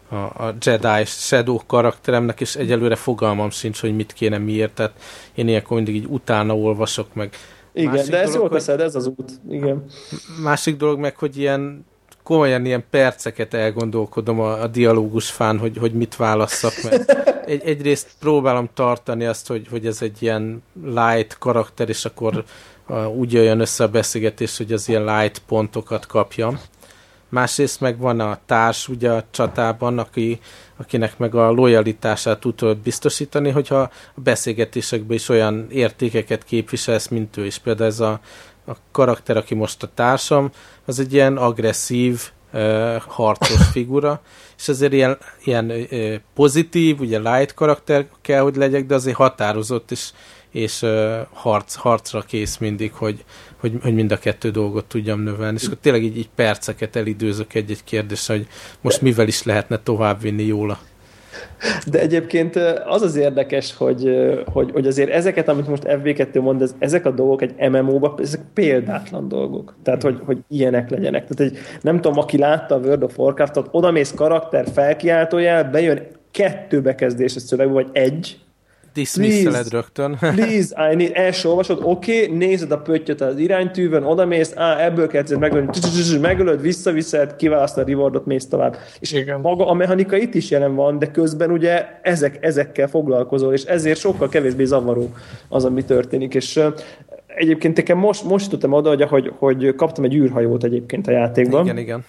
Speaker 2: Jedi Shadow karakteremnek, és egyelőre fogalmam sincs, hogy mit kéne miért, tehát én ilyenkor mindig így utána olvasok meg.
Speaker 3: Igen, másik de ezt jól teszed, ez az út. Igen.
Speaker 2: Másik dolog meg, hogy komolyan ilyen perceket elgondolkodom a dialógus fán, hogy mit válasszak, mert egyrészt próbálom tartani azt, hogy ez egy ilyen light karakter, és akkor úgy jöjjön össze a beszélgetés, hogy az ilyen light pontokat kapjam. Másrészt meg van a társ ugye a csatában, akinek meg a lojalitását tudod biztosítani, hogyha a beszélgetésekben is olyan értékeket képviselsz, mint ő is. Például ez a karakter, aki most a társam, az egy ilyen agresszív, harcos figura, és azért ilyen pozitív, ugye light karakter kell, hogy legyek, de azért határozott, és harcra kész mindig, hogy mind a kettő dolgot tudjam növelni. És akkor tényleg így perceket elidőzök egy kérdésre, hogy most mivel is lehetne továbbvinni jól.
Speaker 3: De egyébként az az érdekes, hogy azért ezeket, amit most FB2 mond, ezek a dolgok egy MMO-ban, ezek példátlan dolgok. Tehát, hogy ilyenek legyenek. Tehát, nem tudom, aki látta a World of Warcraft-ot, odamész karakter felkiáltójel, bejön 2 bekezdéses szövegbe, vagy 1,
Speaker 2: dismisszeled rögtön.
Speaker 3: Please, I need, első olvasod, oké, nézed a pöttyöt az iránytűvön, odamész, ebből kezded megölni, megölöd, visszaviszed, kiválasztod a rewardot, mész tovább. És igen. Maga a mechanika itt is jelen van, de közben ugye ezekkel foglalkozol, és ezért sokkal kevésbé zavaró az, ami történik. És egyébként nekem most jutottam oda, hogy kaptam egy űrhajót egyébként a játékban.
Speaker 2: Igen.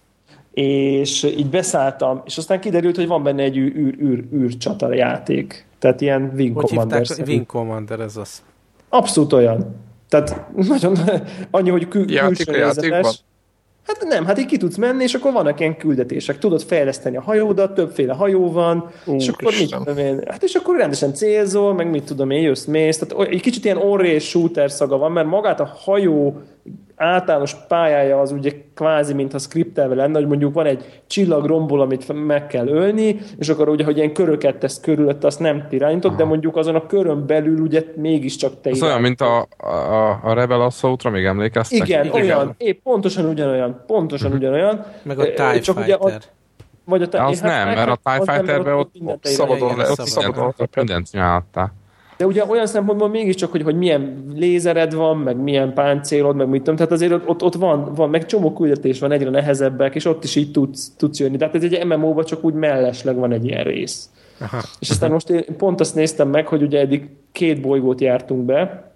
Speaker 3: És így beszálltam, és aztán kiderült, hogy van benne egy űrcsata játék. Tehát ilyen Wing Commander.
Speaker 2: Wing Commander, ez az.
Speaker 3: Abszolút olyan. Tehát nagyon annyi, hogy külső nézetes. Hát nem, hát így ki tudsz menni, és akkor vannak ilyen küldetések. Tudod fejleszteni a hajódat, többféle hajó van, és akkor mit tudom én, hát és akkor rendesen célzol, meg mit tudom én, jössz, mész. Tehát egy kicsit ilyen on-race shooter szaga van, mert magát a hajó általános pályája az ugye kvázi, mintha skriptelve lenne, hogy mondjuk van egy csillagrombol, amit meg kell ölni, és akkor ugye, hogy ilyen köröket tesz körülött, azt nem irányítod, de mondjuk azon a körön belül ugye mégiscsak te
Speaker 4: ez olyan, mint a Rebel Assault-ra, még emlékeztek?
Speaker 3: Igen, olyan, épp pontosan ugyanolyan.
Speaker 2: Meg a TIE Fighter.
Speaker 3: Vagy a
Speaker 4: az nem, mert a TIE Fighterben ott
Speaker 1: szabadon
Speaker 4: mindent csináltál.
Speaker 3: De ugye olyan szempontból mégiscsak, hogy milyen lézered van, meg milyen páncélod, meg mit tudom, tehát azért ott van, meg csomó küldetés van, egyre nehezebbek, és ott is így tudsz jönni. Tehát ez egy MMO-ban csak úgy mellesleg van egy ilyen rész. Aha. És aztán most én pont azt néztem meg, hogy ugye eddig 2 bolygót jártunk be,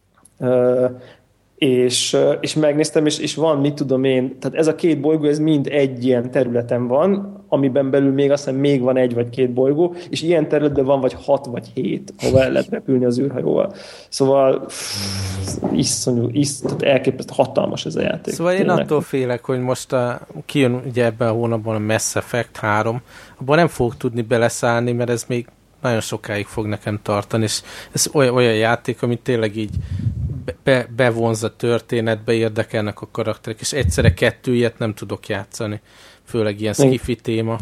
Speaker 3: és megnéztem, és van, mit tudom én, tehát ez a 2 bolygó, ez mind egy ilyen területen van, amiben belül még azt hiszem még van 1 vagy 2 bolygó, és ilyen területben van vagy 6 vagy 7, ahol el lehet repülni az űrhajóval. Szóval iszonyú, tehát elképesztő hatalmas ez a játék.
Speaker 2: Szóval én attól félek, hogy most kijön ugye ebben a hónapban a Mass Effect 3, abban nem fogok tudni beleszállni, mert ez még nagyon sokáig fog nekem tartani, és ez olyan játék, amit tényleg így bevonz a történetbe, érdekelnek a karakterek, és egyszerre 2 ilyet nem tudok játszani. Főleg ilyen skifi téma.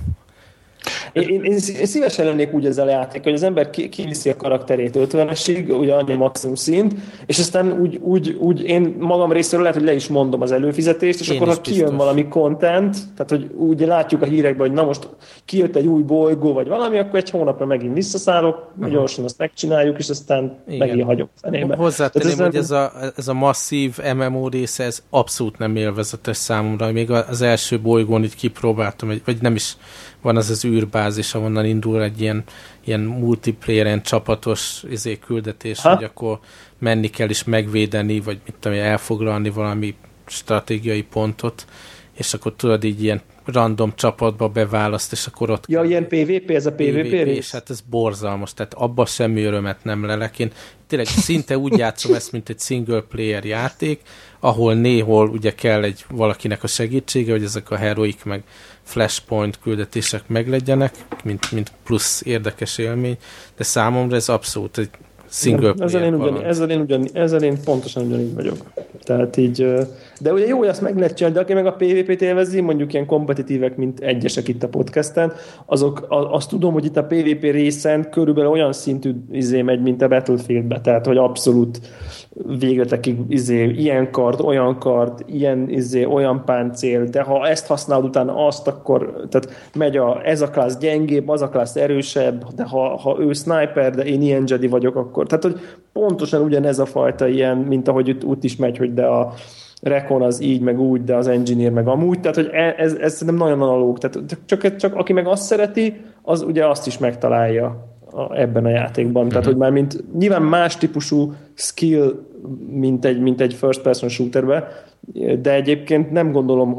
Speaker 3: Én szívesen lennék úgy ezzel a játék, hogy az ember kiviszi a karakterét 50-esig, ugye annyi maximum szint, és aztán úgy én magam részéről lehet, hogy le is mondom az előfizetést, és én akkor ha kijön valami content, tehát hogy úgy látjuk a hírekben, hogy na most kijött egy új bolygó, vagy valami, akkor egy hónapra megint visszaszállok, gyorsan azt megcsináljuk, és aztán megint hagyom fenébe.
Speaker 2: Hozzátenném, hogy ez a masszív MMO része, ez abszolút nem élvezetes számomra, még az első bolygón így kipróbáltam, vagy nem is van az űrbázis, ahonnan indul egy ilyen multiplayeren csapatos küldetés, hogy akkor menni kell is megvédeni, vagy mit tudom, elfoglalni valami stratégiai pontot, és akkor tudod így ilyen random csapatba beválaszt, és akkor ott...
Speaker 3: Ja, ilyen PvP, ez a PvP rész?
Speaker 2: És hát ez borzalmas, tehát abban semmi örömet nem lelek. Én tényleg szinte úgy játszom ezt, mint egy single player játék, ahol néhol ugye kell valakinek a segítsége, hogy ezek a heroik meg flashpoint küldetések meglegyenek, mint plusz érdekes élmény, de számomra ez abszolút egy single player.
Speaker 3: Ezzel én pontosan ugyanígy vagyok. Tehát így, de ugye jó, hogy azt meg lehet csinálni, de aki meg a PvP-t élvezi, mondjuk ilyen kompetitívek, mint egyesek itt a podcasten, azt tudom, hogy itt a PvP részen körülbelül olyan szintű megy, mint a Battlefieldbe, tehát hogy abszolút végletekig ilyen kard, ilyen olyan páncél, de ha ezt használod utána azt, akkor tehát megy ez a class gyengébb, az a class erősebb, de ha ő sniper, de én ilyen Jedi vagyok, akkor tehát, hogy pontosan ugyanez a fajta ilyen, mint ahogy ott is megy, hogy de a Recon az így, meg úgy, de az Engineer meg amúgy, tehát, hogy ez szerintem nagyon analóg, tehát csak aki meg azt szereti, az ugye azt is megtalálja ebben a játékban. Tehát, hogy már nyilván más típusú skill, mint egy first person shooterbe, de egyébként nem gondolom,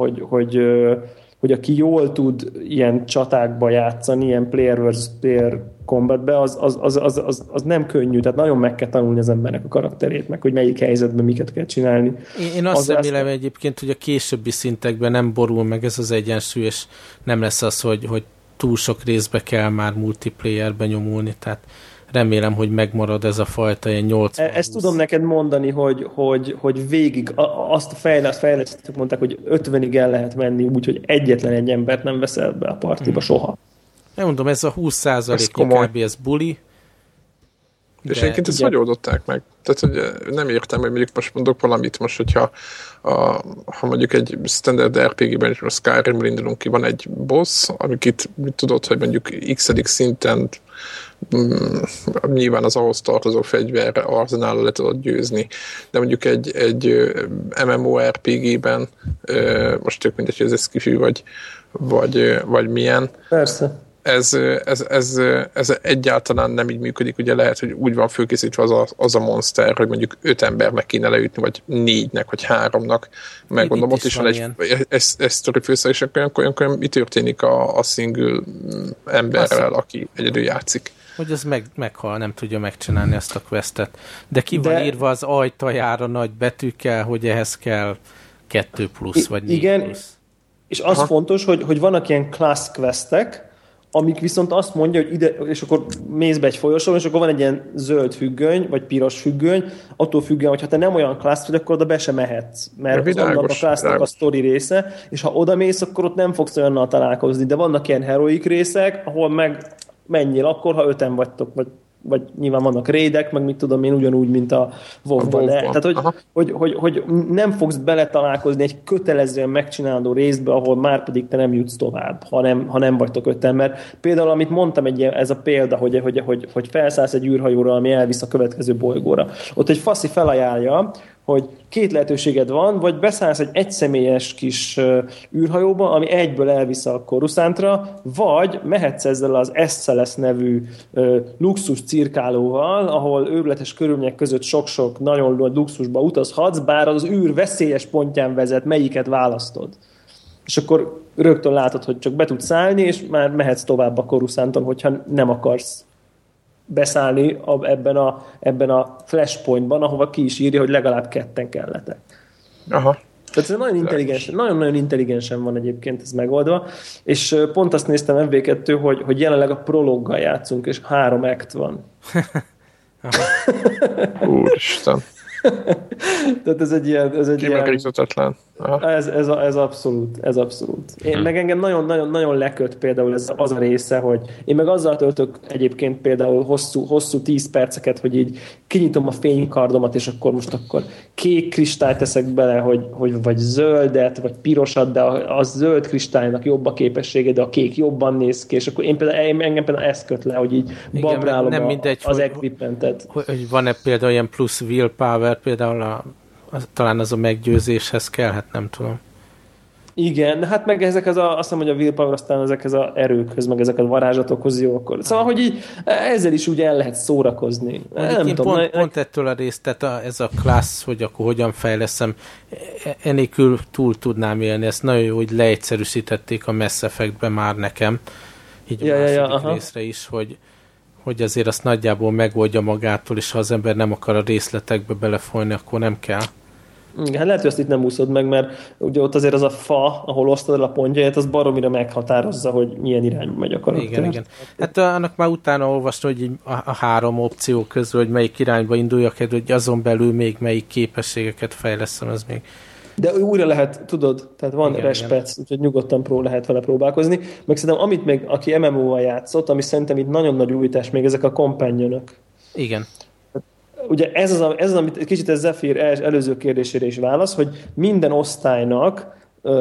Speaker 3: hogy aki jól tud ilyen csatákba játszani, ilyen player versus player combatbe, az nem könnyű, tehát nagyon meg kell tanulni az embernek a karakterét, meg hogy melyik helyzetben miket kell csinálni.
Speaker 2: Én azt remélem egyébként, hogy a későbbi szintekben nem borul meg ez az egyensúly, és nem lesz az, hogy túl sok részbe kell már multiplayerbe nyomulni, tehát remélem, hogy megmarad ez a fajta ilyen 80.
Speaker 3: Ezt tudom neked mondani, hogy végig azt a fejlesztők mondták, hogy 50-ig el lehet menni, úgyhogy egyetlen egy embert nem veszel be a partiba soha.
Speaker 2: Nem mondom, ez a 20% kb. Ez buli.
Speaker 1: És egyébként ezt hogy oldották meg? Tehát, hogy nem értem, hogy mondjuk most mondok valamit, most, hogyha ha mondjuk egy standard RPG-ben is most Skyrimről indulunk ki, van egy boss, amit tudod, hogy mondjuk x-edik szinten nyilván az ahhoz tartozó fegyverre, arzenállal le tudod győzni. De mondjuk egy MMORPG-ben most tök mindegy, hogy ez skifi vagy milyen.
Speaker 3: Persze.
Speaker 1: Ez egyáltalán nem így működik, ugye lehet, hogy úgy van fölkészítve az a monster, hogy mondjuk 5 embernek kéne leütni, vagy 4-nek, vagy 3-nak. Megmondom, ott is van egy sztori főszereplő, és akkor mi történik a single emberrel, aki egyedül játszik.
Speaker 2: Hogy az meghal, nem tudja megcsinálni ezt a questet. De ki van írva az ajtajára nagy betűkkel, hogy ehhez kell 2+, vagy 4+.
Speaker 3: Igen, és az fontos, hogy vannak ilyen class questek, amik viszont azt mondja, hogy ide, és akkor mész be egy folyosón, és akkor van egy ilyen zöld függöny, vagy piros függöny, attól függően, hogy ha te nem olyan klassz vagy, akkor oda be sem mehetsz. Mert az annak a klassznak a sztori része, és ha oda mész, akkor ott nem fogsz olyannal találkozni. De vannak ilyen heroik részek, ahol meg menjél akkor, ha 5-en vagytok, vagy nyilván vannak raidek, meg mit tudom én, ugyanúgy, mint a WoW-ban. Tehát, hogy nem fogsz beletalálkozni egy kötelezően megcsináló részbe, ahol már pedig te nem jutsz tovább, ha nem vagytok 5-en. Mert például, amit mondtam, ez a példa, hogy felszállsz egy űrhajóra, ami elvisz a következő bolygóra. Ott egy faszi felajánlja, hogy két lehetőséged van, vagy beszállsz egy egyszemélyes kis űrhajóba, ami egyből elvisz a Coruscantra, vagy mehetsz ezzel az SLS nevű luxus cirkálóval, ahol őrületes körülmények között sok-sok nagyon luxusba utazhatsz, bár az űr veszélyes pontján vezet, melyiket választod. És akkor rögtön látod, hogy csak be tudsz szállni, és már mehetsz tovább a Coruscanton, hogyha nem akarsz beszállni ebben a flashpointban, ahova ki is írja, hogy legalább ketten kelletek.
Speaker 1: Aha.
Speaker 3: Tehát ez nagyon-nagyon intelligensen van egyébként ez megoldva, és pont azt néztem MV2, hogy jelenleg a prologgal játszunk, és 3 act van.
Speaker 1: Úristen.
Speaker 3: Tehát ez egy ilyen...
Speaker 1: Kimeríthetetlen.
Speaker 3: Ez abszolút. Meg engem nagyon leköt például az a része, hogy én meg azzal töltök egyébként például hosszú 10 perceket, hogy így kinyitom a fénykardomat, és akkor kék kristályt teszek bele, hogy vagy zöldet, vagy pirosat, de a zöld kristálynak jobb a képessége, de a kék jobban néz ki, és akkor engem például ez köt le, hogy így babrálom az equipmentet.
Speaker 2: Hogy van-e például ilyen plusz willpower, például talán az a meggyőzéshez kell, hát nem tudom.
Speaker 3: Igen, hát meg azt hiszem, hogy a willpower aztán ezekhez az erőkhöz, meg ezek a varázslatokhoz jó akkor. Szóval, hogy így ezzel is ugye el lehet szórakozni.
Speaker 2: Pont ettől a részt, tehát ez a class, hogy akkor hogyan fejleszem, enélkül túl tudnám élni. Ezt nagyon jó, hogy leegyszerűsítették a Mass Effect-ben már nekem, így a második részre is, hogy azért azt nagyjából megoldja magától, és ha az ember nem akar a részletekbe belefolyni, akkor nem kell.
Speaker 3: Hát lehet, hogy azt itt nem úszod meg, mert ugye ott azért az a fa, ahol osztod el a pontjait, az baromira meghatározza, hogy milyen irányba megy a karakter.
Speaker 2: Igen. Hát annak már utána olvasni, hogy a 3 opció közül, hogy melyik irányba induljak, hogy azon belül még melyik képességeket fejleszem, az még...
Speaker 3: De újra lehet, tudod, tehát van respec, úgyhogy nyugodtan lehet vele próbálkozni. Meg szerintem, amit még, aki MMO-val játszott, ami szerintem itt nagyon nagy újítás, még ezek a companionok.
Speaker 2: Igen.
Speaker 3: Ugye ez az, amit kicsit ez Zephyr előző kérdésére is válasz, hogy minden osztálynak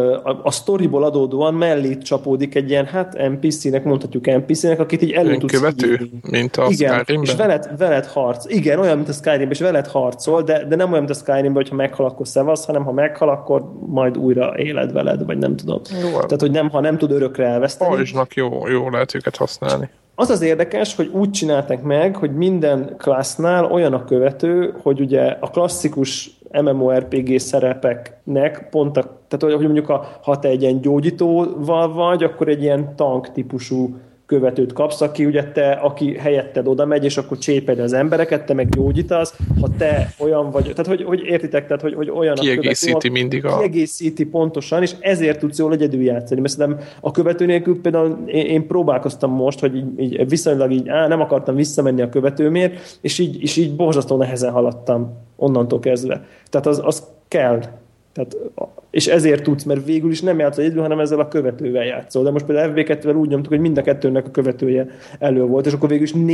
Speaker 3: a sztoriból adódóan mellé csapódik egy ilyen, hát NPC-nek, mondhatjuk NPC-nek, akit így elő tudsz
Speaker 1: követő, mint a Skyrimben?
Speaker 3: És veled harc. Igen, olyan, mint a Skyrimben, és veled harcol, de nem olyan, mint a Skyrimben, hogyha meghal, akkor szevasz, hanem ha meghal, akkor majd újra éled veled, vagy nem tudom. Jó. Tehát, hogy ha nem tud örökre elveszteni.
Speaker 1: Pajzsnak jó lehet őket használni.
Speaker 3: Az az érdekes, hogy úgy csinálták meg, hogy minden klassznál olyan a követő, hogy ugye a klasszikus MMORPG szerepeknek tehát hogy mondjuk ha te egy ilyen gyógyítóval vagy, akkor egy ilyen tank típusú követőt kapsz, aki helyetted oda megy, és akkor cséped az embereket, te meg gyógyítasz, ha te olyan vagy, tehát hogy értitek, tehát hogy olyan
Speaker 1: kiegészíti a követő, mindig
Speaker 3: kiegészíti pontosan, és ezért tudsz jól egyedül játszani, mert szerintem a követő nélkül például én próbálkoztam most, hogy így viszonylag így nem akartam visszamenni a követőmért, és így borzasztó nehezen haladtam onnantól kezdve. Tehát az kell. Tehát, és ezért tudsz, mert végül is nem játszol egyedül, hanem ezzel a követővel játszol. De most például FB2-vel úgy nyomtuk, hogy mind a kettőnek a követője elő volt, és akkor végül is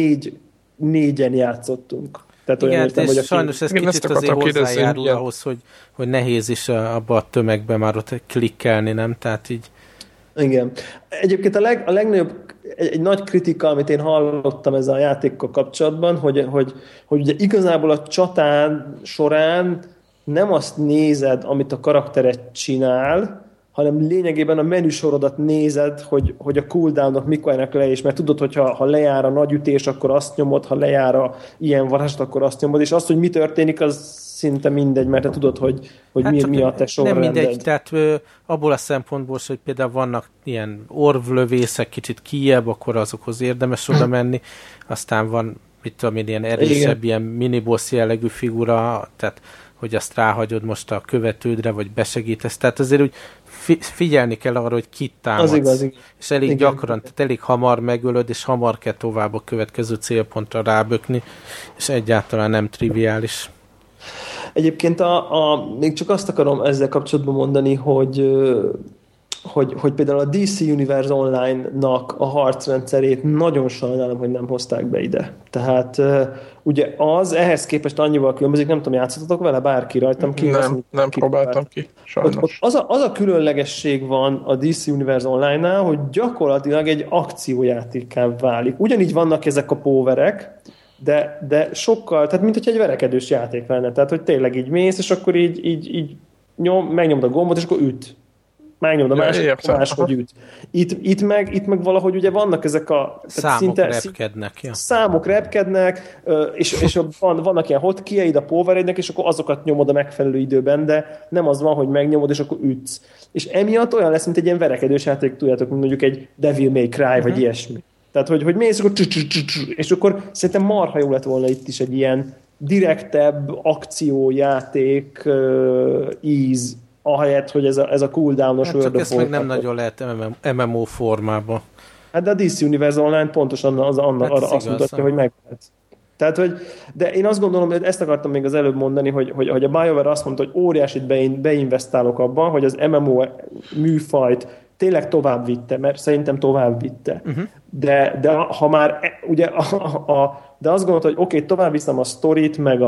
Speaker 3: négyen játszottunk. Tehát
Speaker 2: igen, értem, és sajnos ez kicsit azért hozzájárul ahhoz, hogy nehéz is abba a tömegbe már ott klikkelni, nem? Tehát így...
Speaker 3: Igen. Egyébként a legnagyobb, egy nagy kritika, amit én hallottam ezzel a játékkal kapcsolatban, hogy ugye igazából a csatán során nem azt nézed, amit a karaktered csinál, hanem lényegében a menüsorodat nézed, hogy a cooldownok mikor jönnek le, és mert tudod, hogy ha lejár a nagy ütés, akkor azt nyomod, ha lejár a ilyen varázslat, akkor azt nyomod, és azt, hogy mi történik, az szinte mindegy, mert te tudod, hogy hát mi a te sorrended.
Speaker 2: Nem mindegy, tehát abból a szempontból, hogy például vannak ilyen orvlövészek kicsit kijebb, akkor azokhoz érdemes oda menni, aztán van, mit tudom én, ilyen erősebb, ilyen miniboss jellegű figura, tehát hogy azt ráhagyod most a követődre, vagy besegítesz. Tehát azért úgy figyelni kell arra, hogy kit támadsz.
Speaker 3: Az igaz.
Speaker 2: És elég gyakran, tehát elég hamar megölöd, és hamar kell tovább a következő célpontra rábökni, és egyáltalán nem triviális.
Speaker 3: Egyébként még csak azt akarom ezzel kapcsolatban mondani, hogy például a DC Universe Online-nak a harcrendszerét nagyon sajnálom, hogy nem hozták be ide. Tehát ugye ehhez képest annyival különbözik, nem tudom, játszottatok vele bárki rajtam ki?
Speaker 1: Nem próbáltam ki, sajnos.
Speaker 3: Ott az a különlegesség van a DC Universe Online-nál, hogy gyakorlatilag egy akciójátékká válik. Ugyanígy vannak ezek a powerek, de sokkal, tehát mint hogy egy verekedős játék lenne, tehát hogy tényleg így mész, és akkor így megnyomod a gombot, és akkor üt. Megnyomod a máshogy üt. Itt meg valahogy ugye vannak ezek a...
Speaker 2: Számok repkednek. Ja.
Speaker 3: Számok repkednek, és vannak ilyen hotkieid a powereidnek, és akkor azokat nyomod a megfelelő időben, de nem az van, hogy megnyomod, és akkor ütsz. És emiatt olyan lesz, mint egy ilyen verekedős játék, tudjátok, mint mondjuk egy Devil May Cry, vagy ilyesmi. Tehát, hogy mész, és akkor szerintem marha jó lett volna itt is egy ilyen direktebb akciójáték íz, ahelyett, hogy ez a cooldown-os
Speaker 2: World of Warcraft. Csak ezt meg nem nagyon lehet MMO formába.
Speaker 3: Hát de a DC Universe Online pontosan azt mutatja, hogy meg lehet. Tehát, hogy, de én azt gondolom, hogy ezt akartam még az előbb mondani, hogy a BioWare azt mondta, hogy óriásit beinvestálok abban, hogy az MMO műfajt tényleg tovább vitte, mert szerintem tovább vitte. De ha már ugye de azt gondolta, hogy oké, tovább viszem a sztorit, meg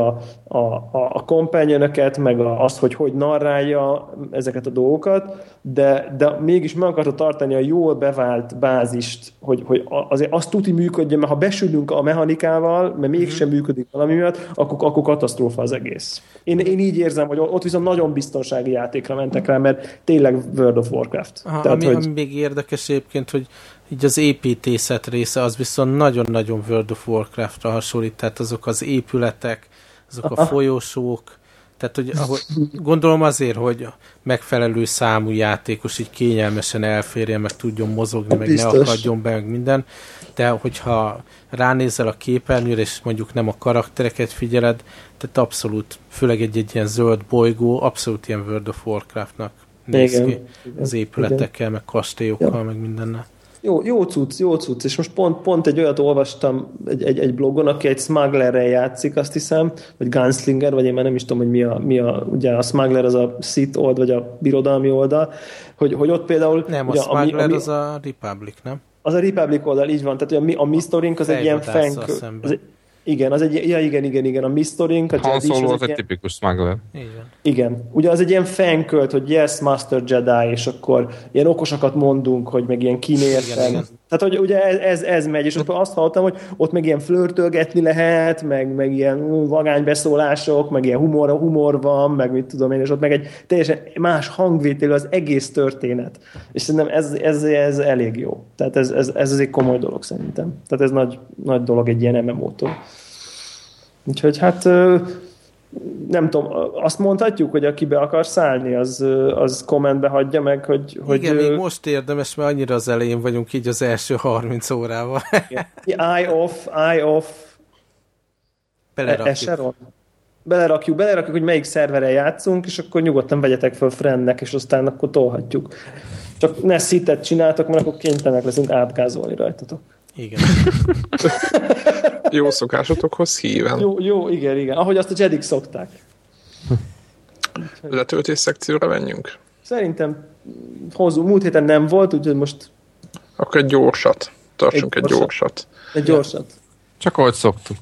Speaker 3: a companionöket, meg azt, hogy narrálja ezeket a dolgokat, de mégis meg akarta tartani a jól bevált bázist, hogy azért azt tuti működjön, mert ha besülünk a mechanikával, mert mégsem működik valami miatt, akkor katasztrófa az egész. Én így érzem, hogy ott viszont nagyon biztonsági játékra mentek rá, mert tényleg World of Warcraft.
Speaker 2: Ami még érdekes egyébként, hogy így az építészet része az viszont nagyon-nagyon World of Warcraftra hasonlít, tehát azok az épületek, azok a folyosók, tehát hogy gondolom azért, hogy megfelelő számú játékos így kényelmesen elférjen, meg tudjon mozogni, meg biztos. Ne akadjon be, meg minden, de hogyha ránézel a képernyőre, és mondjuk nem a karaktereket figyeled, tehát abszolút, főleg egy ilyen zöld bolygó, abszolút ilyen World of Warcraftnak néz ki, az épületekkel, meg kastélyokkal, meg mindennel.
Speaker 3: Jó cucc, és most pont egy olyat olvastam egy blogon, aki egy smugglerrel játszik, azt hiszem, vagy gunslinger, vagy én már nem is tudom, hogy mi a ugye a smuggler az a Sith old, vagy a birodalmi oldal, hogy ott például...
Speaker 2: Nem, ugye, a smuggler az a Republic, nem?
Speaker 3: Az a Republic oldal, így van, tehát hogy a mi sztorink az egy ilyen igen, az egy, igen, a Mistorink.
Speaker 4: Han Solo az egy tipikus smuggler.
Speaker 3: Igen. Ugye az egy ilyen fankölt, hogy yes, Master Jedi, és akkor ilyen okosakat mondunk, hogy meg ilyen kímérten. Tehát, hogy ugye ez megy, és azt hallottam, hogy ott meg ilyen flörtölgetni lehet, meg ilyen vagánybeszólások, meg ilyen humor van, meg mit tudom én, és ott meg egy teljesen más hangvételű az egész történet. És szerintem ez elég jó. Tehát ez egy komoly dolog szerintem. Tehát ez nagy dolog egy ilyen MMO-tól. Úgyhogy hát nem tudom, azt mondhatjuk, hogy aki be akar szállni, az kommentbe hagyja meg, hogy...
Speaker 2: Igen, még most érdemes, mert annyira az elején vagyunk így az első 30 órával.
Speaker 3: Eye off. Belerakjuk, hogy melyik szerveren játszunk, és akkor nyugodtan vegyetek fel friendnek, és aztán akkor tolhatjuk. Csak ne szitet csináltok, mert akkor kénytelenek leszünk átgázolni rajtatok.
Speaker 2: Igen.
Speaker 1: Jó szokásotokhoz híven.
Speaker 3: Jó, igen. Ahogy azt a Jedik szokták.
Speaker 1: Letöltés szekcióra menjünk?
Speaker 3: Szerintem múlt héten nem volt, úgyhogy most...
Speaker 1: Akkor egy gyorsat. Tartsunk egy gyorsat.
Speaker 3: Egy gyorsat.
Speaker 4: Csak ahogy szoktuk.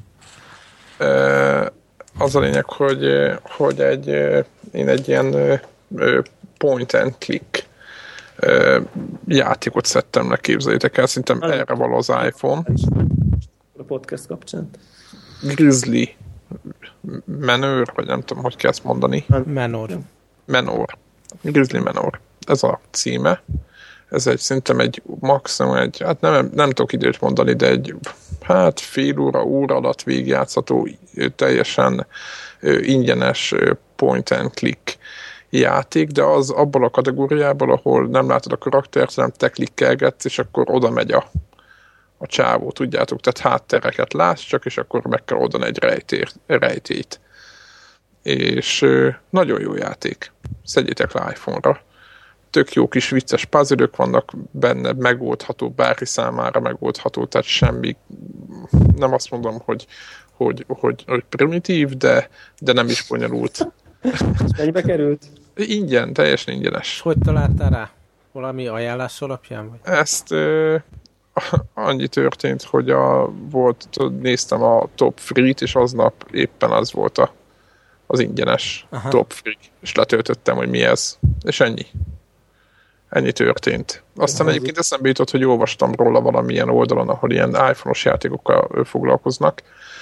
Speaker 1: Az a lényeg, hogy én egy ilyen point and click játékot szedtem le, képzeljétek el, szerintem erre való az iPhone.
Speaker 3: A podcast kapcsán.
Speaker 1: Grizzly Manor, vagy nem tudom, hogy kell ezt mondani. Manor. Grizzly Manor. Ez a címe. Ez szerintem egy maximum hát nem tudok időt mondani, de egy fél óra alatt végigjátszható, teljesen ingyenes point and click játék, de az abból a kategóriából, ahol nem látod a karaktert, hanem te klikkelgetsz, és akkor oda megy a csávó, tudjátok, tehát háttereket látsz csak, és akkor meg kell oldani egy rejtét. És nagyon jó játék. Szedjétek le iPhone-ra. Tök jó kis vicces puzzle-ök vannak benne, megoldható, bárki számára megoldható, tehát semmi, nem azt mondom, hogy primitív, de nem is bonyolult.
Speaker 3: Mennyibe került?
Speaker 1: Ingyen, teljesen ingyenes.
Speaker 2: Hogy találtál rá? Valami ajánlás alapján? Vagy?
Speaker 1: Ezt annyi történt, hogy néztem a Top Free-t, és aznap éppen az volt az ingyenes Top Free, és letöltöttem, hogy mi ez, és ennyi történt. Aztán egyébként eszembe jutott, hogy olvastam róla valamilyen oldalon, ahol ilyen iPhone-os játékokkal foglalkoznak,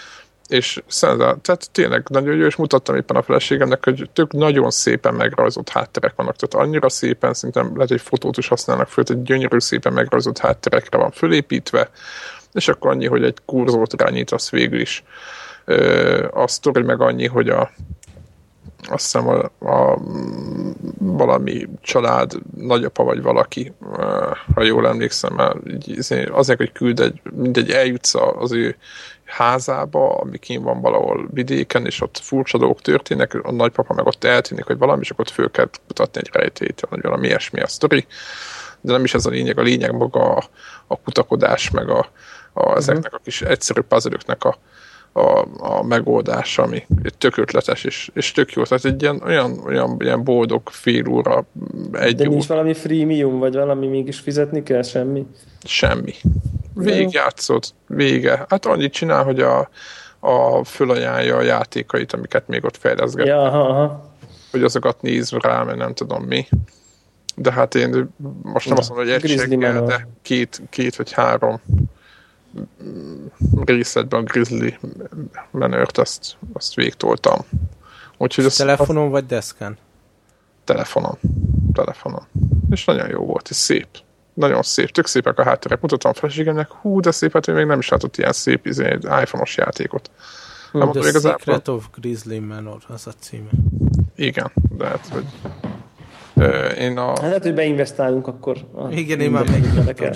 Speaker 1: És tehát tényleg nagyon jó, és mutattam éppen a feleségemnek, hogy tök nagyon szépen megrajzolt hátterek vannak, tehát annyira szépen, szerintem lehet, hogy fotót is használnak föl, egy gyönyörű szépen megrajzolt hátterekre van fölépítve, és akkor annyi, hogy egy kurzort irányítasz végül is. A sztori meg annyi, hogy azt hiszem a valami család nagyapa vagy valaki, ha jól emlékszem, azért, hogy küld mindegy eljutsz az ő házába, ami kint van valahol vidéken, és ott furcsa dolgok történnek, a nagypapa meg ott eltűnik, hogy valami, és akkor ott föl kell mutatni egy rejtélyt, vagy valami ilyesmi a sztori. De nem is ez a lényeg maga a kutakodás, meg ezeknek a kis egyszerű puzzle-öknek a megoldás, ami tök ötletes és tök jó. Tehát egy olyan boldog fél óra, egy óra.
Speaker 3: Nincs valami freemium, vagy valami mégis fizetni kell? Semmi?
Speaker 1: Végigjátszott, vége. Hát annyit csinál, hogy fölajánlja a játékait, amiket még ott fejleszget.
Speaker 3: Ja,
Speaker 1: hogy azokat nézd rá, mert nem tudom mi. De hát én most nem azt mondom, hogy egységgel, de két vagy három részletben a Grizzly menőrt, azt végtoltam. Úgyhogy
Speaker 2: telefonon vagy deszkán?
Speaker 1: Telefonon. És nagyon jó volt, és szép. Nagyon szép, tök szépek a hátterek. Mutattam a feleségemnek, de szép, hát ő még nem is látott ilyen szép iPhone-os játékot.
Speaker 2: The Secret of Grizzly Manor, az a címe.
Speaker 1: Igen, de hát, hogy
Speaker 3: Hát lehet, hogy beinvestálunk akkor.
Speaker 2: Igen, én már megint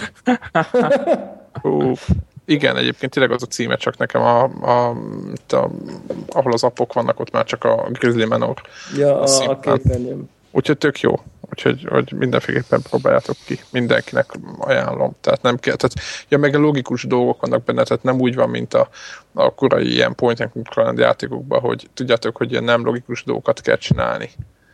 Speaker 1: igen, egyébként tényleg az a címe, csak nekem ahol az appok vannak, ott már csak a Grizzly Manor.
Speaker 3: Ja, a képernyőm.
Speaker 1: Úgyhogy tök jó. Úgyhogy mindenféleképpen próbáljátok ki. Mindenkinek ajánlom. Tehát nem kell. Tehát, meg logikus dolgok vannak benne, tehát nem úgy van, mint a korai ilyen point and click játékokban, hogy tudjátok, hogy ilyen nem logikus dolgokat kell csinálni.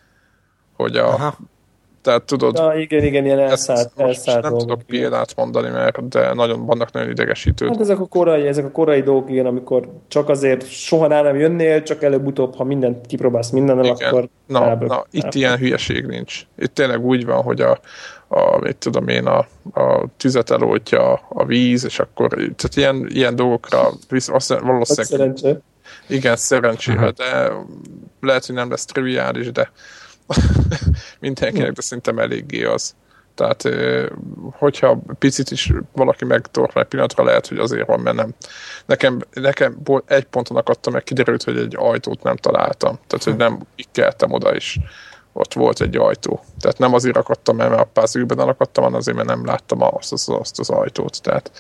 Speaker 1: Hogy tehát tudod...
Speaker 3: Ja, igen, ilyen elszállt
Speaker 1: nem tudok példát mondani, de vannak nagyon idegesítő.
Speaker 3: Hát ezek a korai dolgok, igen, amikor csak azért soha nem jönnél, csak előbb-utóbb, ha mindent kipróbálsz mindennel, akkor...
Speaker 1: Na, itt ilyen hülyeség nincs. Itt tényleg úgy van, hogy mit tudom én, a tüzet eloltja a víz, és akkor tehát ilyen dolgokra valószínűleg...
Speaker 3: Szerencsé.
Speaker 1: Igen, szerencsére, de lehet, hogy nem lesz triviális, de mindenkinek, de szerintem eléggé az. Tehát, hogyha picit is valaki megtorna egy pillanatra, lehet, hogy azért van, mert nem. Nekem egy ponton akadtam, meg kiderült, hogy egy ajtót nem találtam. Tehát, hogy nem keltem oda, és ott volt egy ajtó. Tehát nem azért akadtam, mert a puzzle-ben elakadtam, hanem azért, mert nem láttam azt az ajtót. Tehát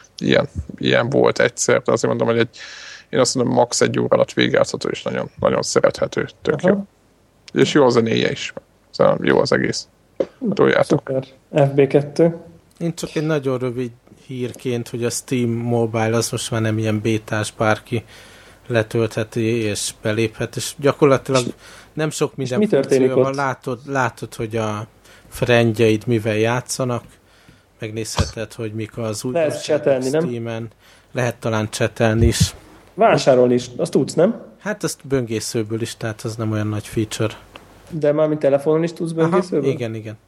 Speaker 1: ilyen volt egyszer, de azért mondom, hogy én azt mondom, max. 1 óra alatt végigjátszható, és nagyon, nagyon szerethető. Tök jó. És jó a zenéje is. Szóval jó az egész. Toljátok.
Speaker 3: Szuper. FB2.
Speaker 2: Én csak egy nagyon rövid hírként, hogy a Steam Mobile az most már nem ilyen bétás, bárki letöltheti és beléphet, és gyakorlatilag nem sok minden funkcióval látod, hogy a friendjeid mivel játszanak, megnézheted, hogy mik az új Steamen. Lehet talán csetelni is.
Speaker 3: Vásárolni is, azt tudsz, nem?
Speaker 2: Hát azt böngészőből is, tehát az nem olyan nagy feature.
Speaker 3: De már mint telefonon is tudsz böngészőből?
Speaker 2: Igen.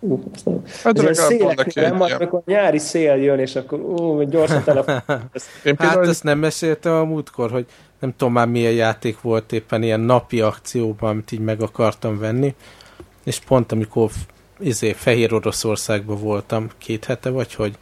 Speaker 3: Hát ez széleknél nem, amikor a nyári szél jön, és akkor gyorsan telefon.
Speaker 2: Hát ezt nem mesélte a múltkor, hogy nem tudom már milyen játék volt éppen ilyen napi akcióban, amit így meg akartam venni, és pont amikor Fehér Oroszországban voltam 2 hete, vagy hogy,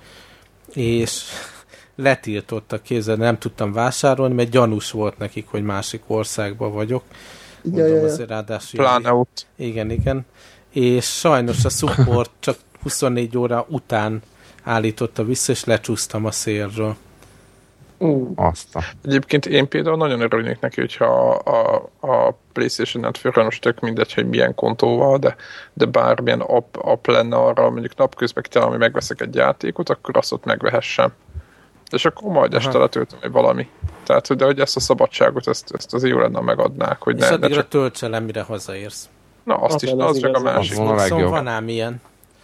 Speaker 2: és letiltottak, kézzel, nem tudtam vásárolni, mert gyanús volt nekik, hogy másik országban vagyok. Mondom, azért ráadásul...
Speaker 1: Pláne ott.
Speaker 2: Igen. És sajnos a support csak 24 óra után állította vissza, és lecsúsztam a szélről.
Speaker 1: Egyébként én például nagyon örülnék neki, hogyha a PlayStation-et főleg most tök mindegy, hogy milyen kontóval, de bármilyen app lenne arra, mondjuk napközben ami megveszek egy játékot, akkor azt ott megvehessem. És akkor majd este letöltöm, hogy valami. Tehát, de hogy ezt a szabadságot, ezt az jó lenne, megadnák. Hogy
Speaker 2: és addigra töltse le, mire hazaérsz.
Speaker 1: Na, azt is, az csak a másik.
Speaker 2: Szóval van ám ilyen.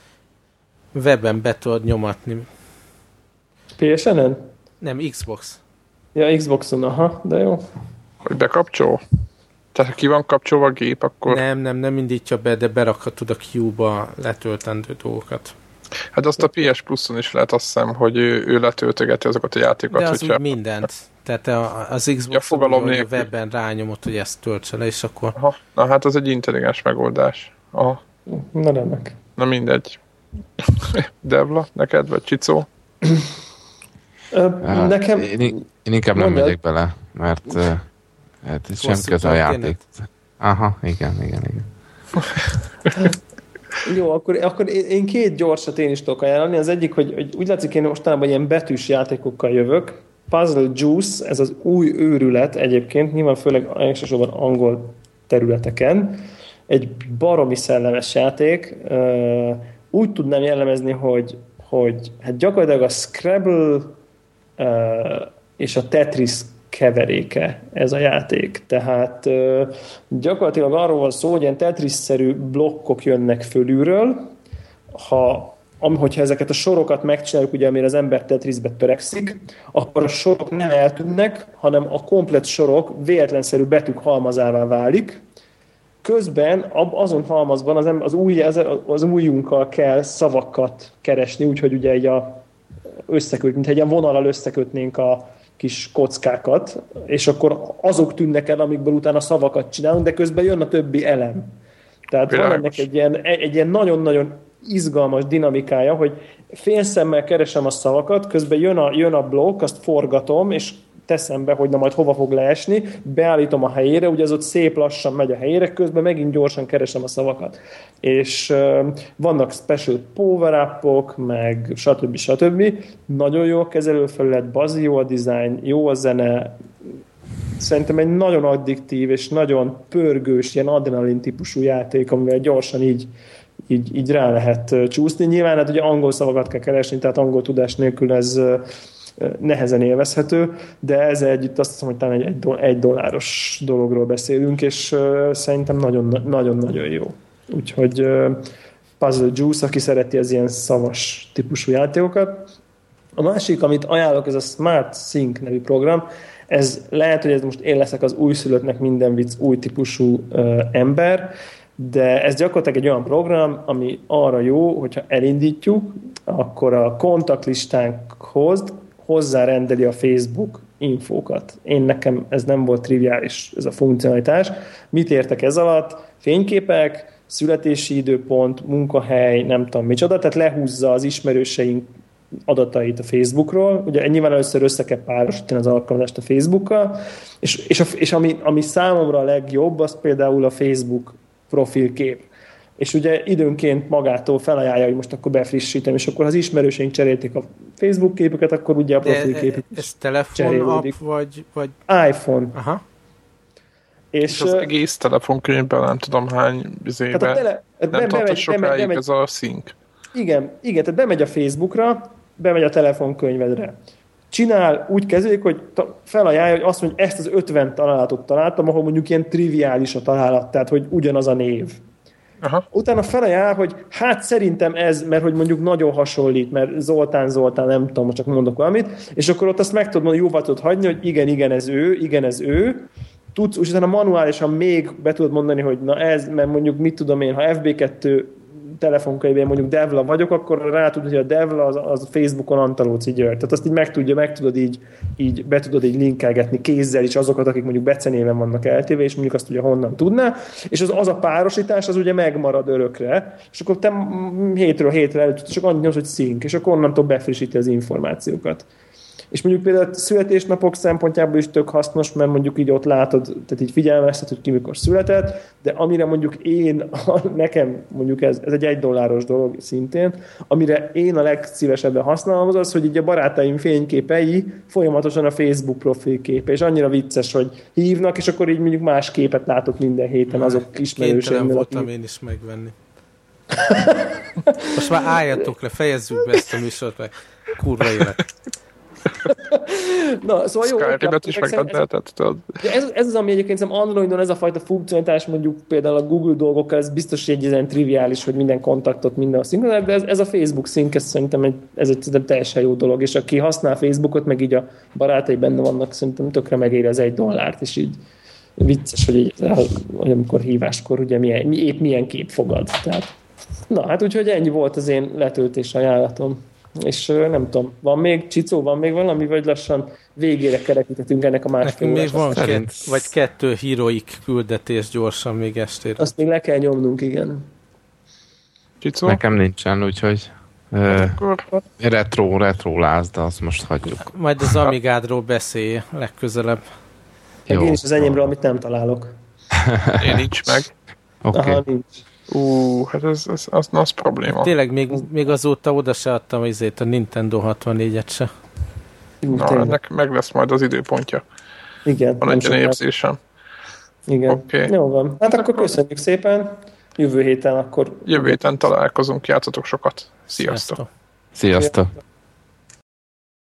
Speaker 2: Webben be tudod nyomatni.
Speaker 3: PSN-en?
Speaker 2: Nem, Xbox.
Speaker 3: Ja, Xboxon, de jó.
Speaker 1: Hogy bekapcsol? Tehát, ha ki van kapcsolva a gép, akkor...
Speaker 2: Nem indítja be, de berakhatod a queue-ba letöltendő dolgokat.
Speaker 1: Hát azt a PS Plus-on is lehet, azt hiszem, hogy ő letöltögeti azokat a játékokat.
Speaker 2: De az úgy mindent. Tehát az Xbox-on a webben rányomott, hogy ezt töltse le, és akkor...
Speaker 1: Aha. Na hát az egy intelligens megoldás. Aha.
Speaker 3: Na remek.
Speaker 1: Na mindegy. Devla, neked, vagy Csicó?
Speaker 3: Nekem...
Speaker 4: Én inkább nem megyek bele, mert ez sem köze a játék. Aha, igen.
Speaker 3: Jó, akkor én két gyorsat én is tudok ajánlani. Az egyik, hogy úgy látszik, én mostanában ilyen betűs játékokkal jövök. Puzzle Juice, ez az új őrület egyébként, nyilván főleg elsősorban angol területeken. Egy baromi szellemes játék. Úgy tudnám jellemezni, hogy hát gyakorlatilag a Scrabble és a Tetris keveréke ez a játék. Tehát gyakorlatilag arról van szó, hogy ilyen Tetris-szerű blokkok jönnek fölülről, hogyha ezeket a sorokat megcsináljuk, ugye amire az ember Tetrisbe törekszik, akkor a sorok nem eltűnnek, hanem a komplett sorok véletlenszerű betűk halmazává válik. Közben azon halmazban az ujjunkkal kell szavakat keresni, úgyhogy ugye egy mint egy ilyen vonallal összekötnénk a kis kockákat, és akkor azok tűnnek el, amikből utána szavakat csinálunk, de közben jön a többi elem. Tehát van ennek egy ilyen nagyon-nagyon izgalmas dinamikája, hogy félszemmel keresem a szavakat, közben jön a blokk, azt forgatom, és teszem be, hogy na majd hova fog leesni, beállítom a helyére, ugye az ott szép lassan megy a helyére, közben megint gyorsan keresem a szavakat. És vannak special power-upok, meg stb. Nagyon jó a kezelőfelület, bazi jó a design, jó a zene, szerintem egy nagyon addiktív és nagyon pörgős, ilyen adrenalin típusú játék, amivel gyorsan így rá lehet csúszni. Nyilván hát ugye angol szavakat kell keresni, tehát angol tudás nélkül ez nehezen élvezhető, de ezzel együtt azt hiszem, hogy talán egy $1 dologról beszélünk, és szerintem nagyon-nagyon jó. Úgyhogy Puzzle Juice, aki szereti az ilyen szavas típusú játékokat. A másik, amit ajánlok, ez a Smart Sync nevű program. Ez lehet, hogy ez most én leszek az újszülöttnek minden vicc új típusú ember, de ez gyakorlatilag egy olyan program, ami arra jó, hogyha elindítjuk, akkor a kontaktlistánkhoz hozzárendeli a Facebook infókat. Nekem ez nem volt triviális, ez a funkcionalitás. Mit értek ez alatt? Fényképek, születési időpont, munkahely, nem tudom micsoda, tehát lehúzza az ismerőseink adatait a Facebookról. Ugye nyilván először össze kell párosítani az alkalmazást a Facebookkal, és ami számomra a legjobb, az például a Facebook profilkép. És ugye időnként magától felajánlja, hogy most akkor befrissítem, és akkor ha az ismerőseink cserélték a Facebook képüket, akkor ugye a profilképük
Speaker 2: ez telefon app, vagy...
Speaker 3: iPhone.
Speaker 2: Aha.
Speaker 1: És az egész telefonkönyvben nem tudom hány izébe. Nem tart sokáig ez a sync.
Speaker 3: Igen, tehát bemegy a Facebookra, bemegy a telefonkönyvedre. Úgy kezdődik, hogy felajánlja, hogy azt mondja, hogy ezt az 50 találatot találtam, ahol mondjuk ilyen triviális a találat, tehát hogy ugyanaz a név. Aha. Utána felajánl, hogy hát szerintem ez, mert hogy mondjuk nagyon hasonlít, mert Zoltán, nem tudom, csak mondok valamit, és akkor ott azt meg tudod mondani, jóval tudod hagyni, hogy igen, ez ő, tudsz, és utána manuálisan még be tudod mondani, hogy na ez, mert mondjuk mit tudom én, ha FB2 telefonkönyvén mondjuk Devla vagyok, akkor rá tudod, hogy a Devla az Facebookon Antalóci György. Tehát azt így meg tudod így be tudod így linkelgetni kézzel is azokat, akik mondjuk becenéven vannak eltéve, és mondjuk azt ugye honnan tudná, és az a párosítás az ugye megmarad örökre, és akkor te hétről hétre előtt csak annyit nyomsz, hogy sync, és akkor onnantól befrissíti az információkat. És mondjuk például a születésnapok szempontjából is tök hasznos, mert mondjuk így ott látod, tehát így figyelmeztet, hogy ki mikor született, de amire mondjuk nekem mondjuk ez egy $1 dolog szintén, amire én a legszívesebben használom az, hogy így a barátaim fényképei folyamatosan a Facebook profilképe, és annyira vicces, hogy hívnak, és akkor így mondjuk más képet látok minden héten azok ismerőseimmel.
Speaker 2: Kénytelen voltam én is megvenni. Most már álljatok le, fejezzük be ezt a műsort, meg kurva élet.
Speaker 3: Na, szóval jó.
Speaker 1: Skype-et is megrendeltet, tudod.
Speaker 3: Ez az, ami egyébként Androidon ez a fajta funkcionalitás, mondjuk például a Google dolgokkal, ez biztos, hogy egy ilyen triviális, hogy minden kontaktot, minden a szinkronál, de ez a Facebook sync, ez szerintem egy teljesen jó dolog, és aki használ Facebookot, meg így a barátai benne vannak, szerintem tökre megéri az $1, és így vicces, hogy amikor híváskor ugye épp milyen kép fogad. Tehát Na, hát úgyhogy ennyi volt az én letöltés ajánlatom. És nem tudom, van még, Csicó, van még valami, vagy lassan végére kerekítettünk ennek a másfél
Speaker 2: még van vagy 2 heroik küldetés gyorsan még estére.
Speaker 3: Azt még le kell nyomnunk, igen.
Speaker 4: Csicó? Nekem nincsen, úgyhogy retro láz, de azt most hagyjuk.
Speaker 2: Majd az Amigádról beszélj legközelebb.
Speaker 3: Jó, én is az enyémről, amit nem találok.
Speaker 1: Én nincs meg.
Speaker 4: Okay.
Speaker 3: Aha, nincs.
Speaker 1: Hát az probléma.
Speaker 2: Tényleg még azóta oda se adtam a Nintendo 64-et se.
Speaker 1: Na, ennek meg lesz majd az időpontja.
Speaker 3: Igen.
Speaker 1: Van egy ilyen érzésem.
Speaker 3: Igen. Okay. Jó van. Hát akkor köszönjük szépen. Jövő héten találkozunk, játszatok sokat. Sziasztok!
Speaker 4: Sziasztok!